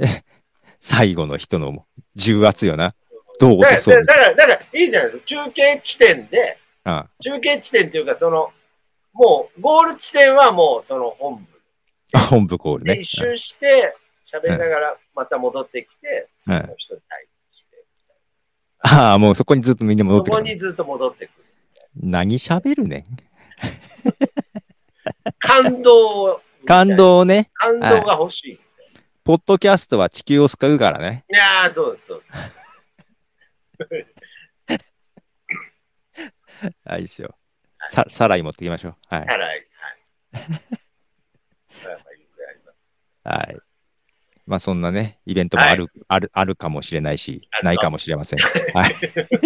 最後の人の重圧よな。どう落とそう。 だから、だから、いいじゃないですか。中継地点で、 ああ中継地点っていうか、その、もう、ゴール地点はもう、その本部。 あ、本部ゴールね。 一周して、喋りながら、また戻ってきて、次の人に対して。 ああ、もうそこにずっとみんな戻ってくる。 そこにずっと戻ってくる。 何喋るねん。 感動感動ね。 感動が欲しい。 ポッドキャストは地球を救うからね。 いやー、そうです、そうです。 あ、いいっすよ。さ、サライ持ってきましょう。はい。 サライ、はい。 はい。まあそんなね、イベントもある、はい、ある、あるかもしれないし、ないかもしれません。はい。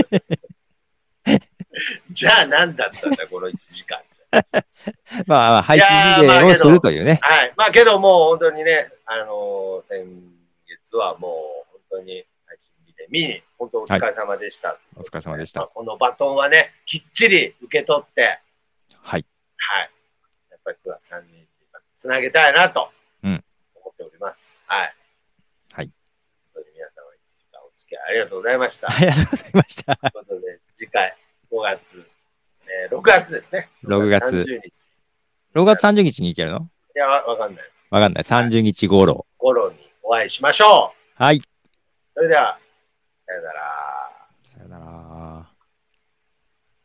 じゃあ何だったんだ、このいちじかん。 まあ、配信リレーをするというね。 はい。まあけどもう本当にね、あのー、先月はもう本当に配信リレー見に、本当お疲れ様でした。はい、 お疲れ様でした、 まあ。このバトンはね、きっちり受け取って、 はい。 はい。やっぱりくがつさんじゅうにちにつなげたいなと思っております。 うん、はい。はい。 本当に皆様いちじかんお付き合いありがとうございました。 ありがとうございました。 ということで、次回ごがつ、えー、ろくがつですね。 ろくがつ。ろくがつさんじゅうにち。ろくがつさんじゅうにちに行けるの？ いや、わかんないです。 わかんない。さんじゅうにち頃。 頃にお会いしましょう。はい。 それでは、さよなら。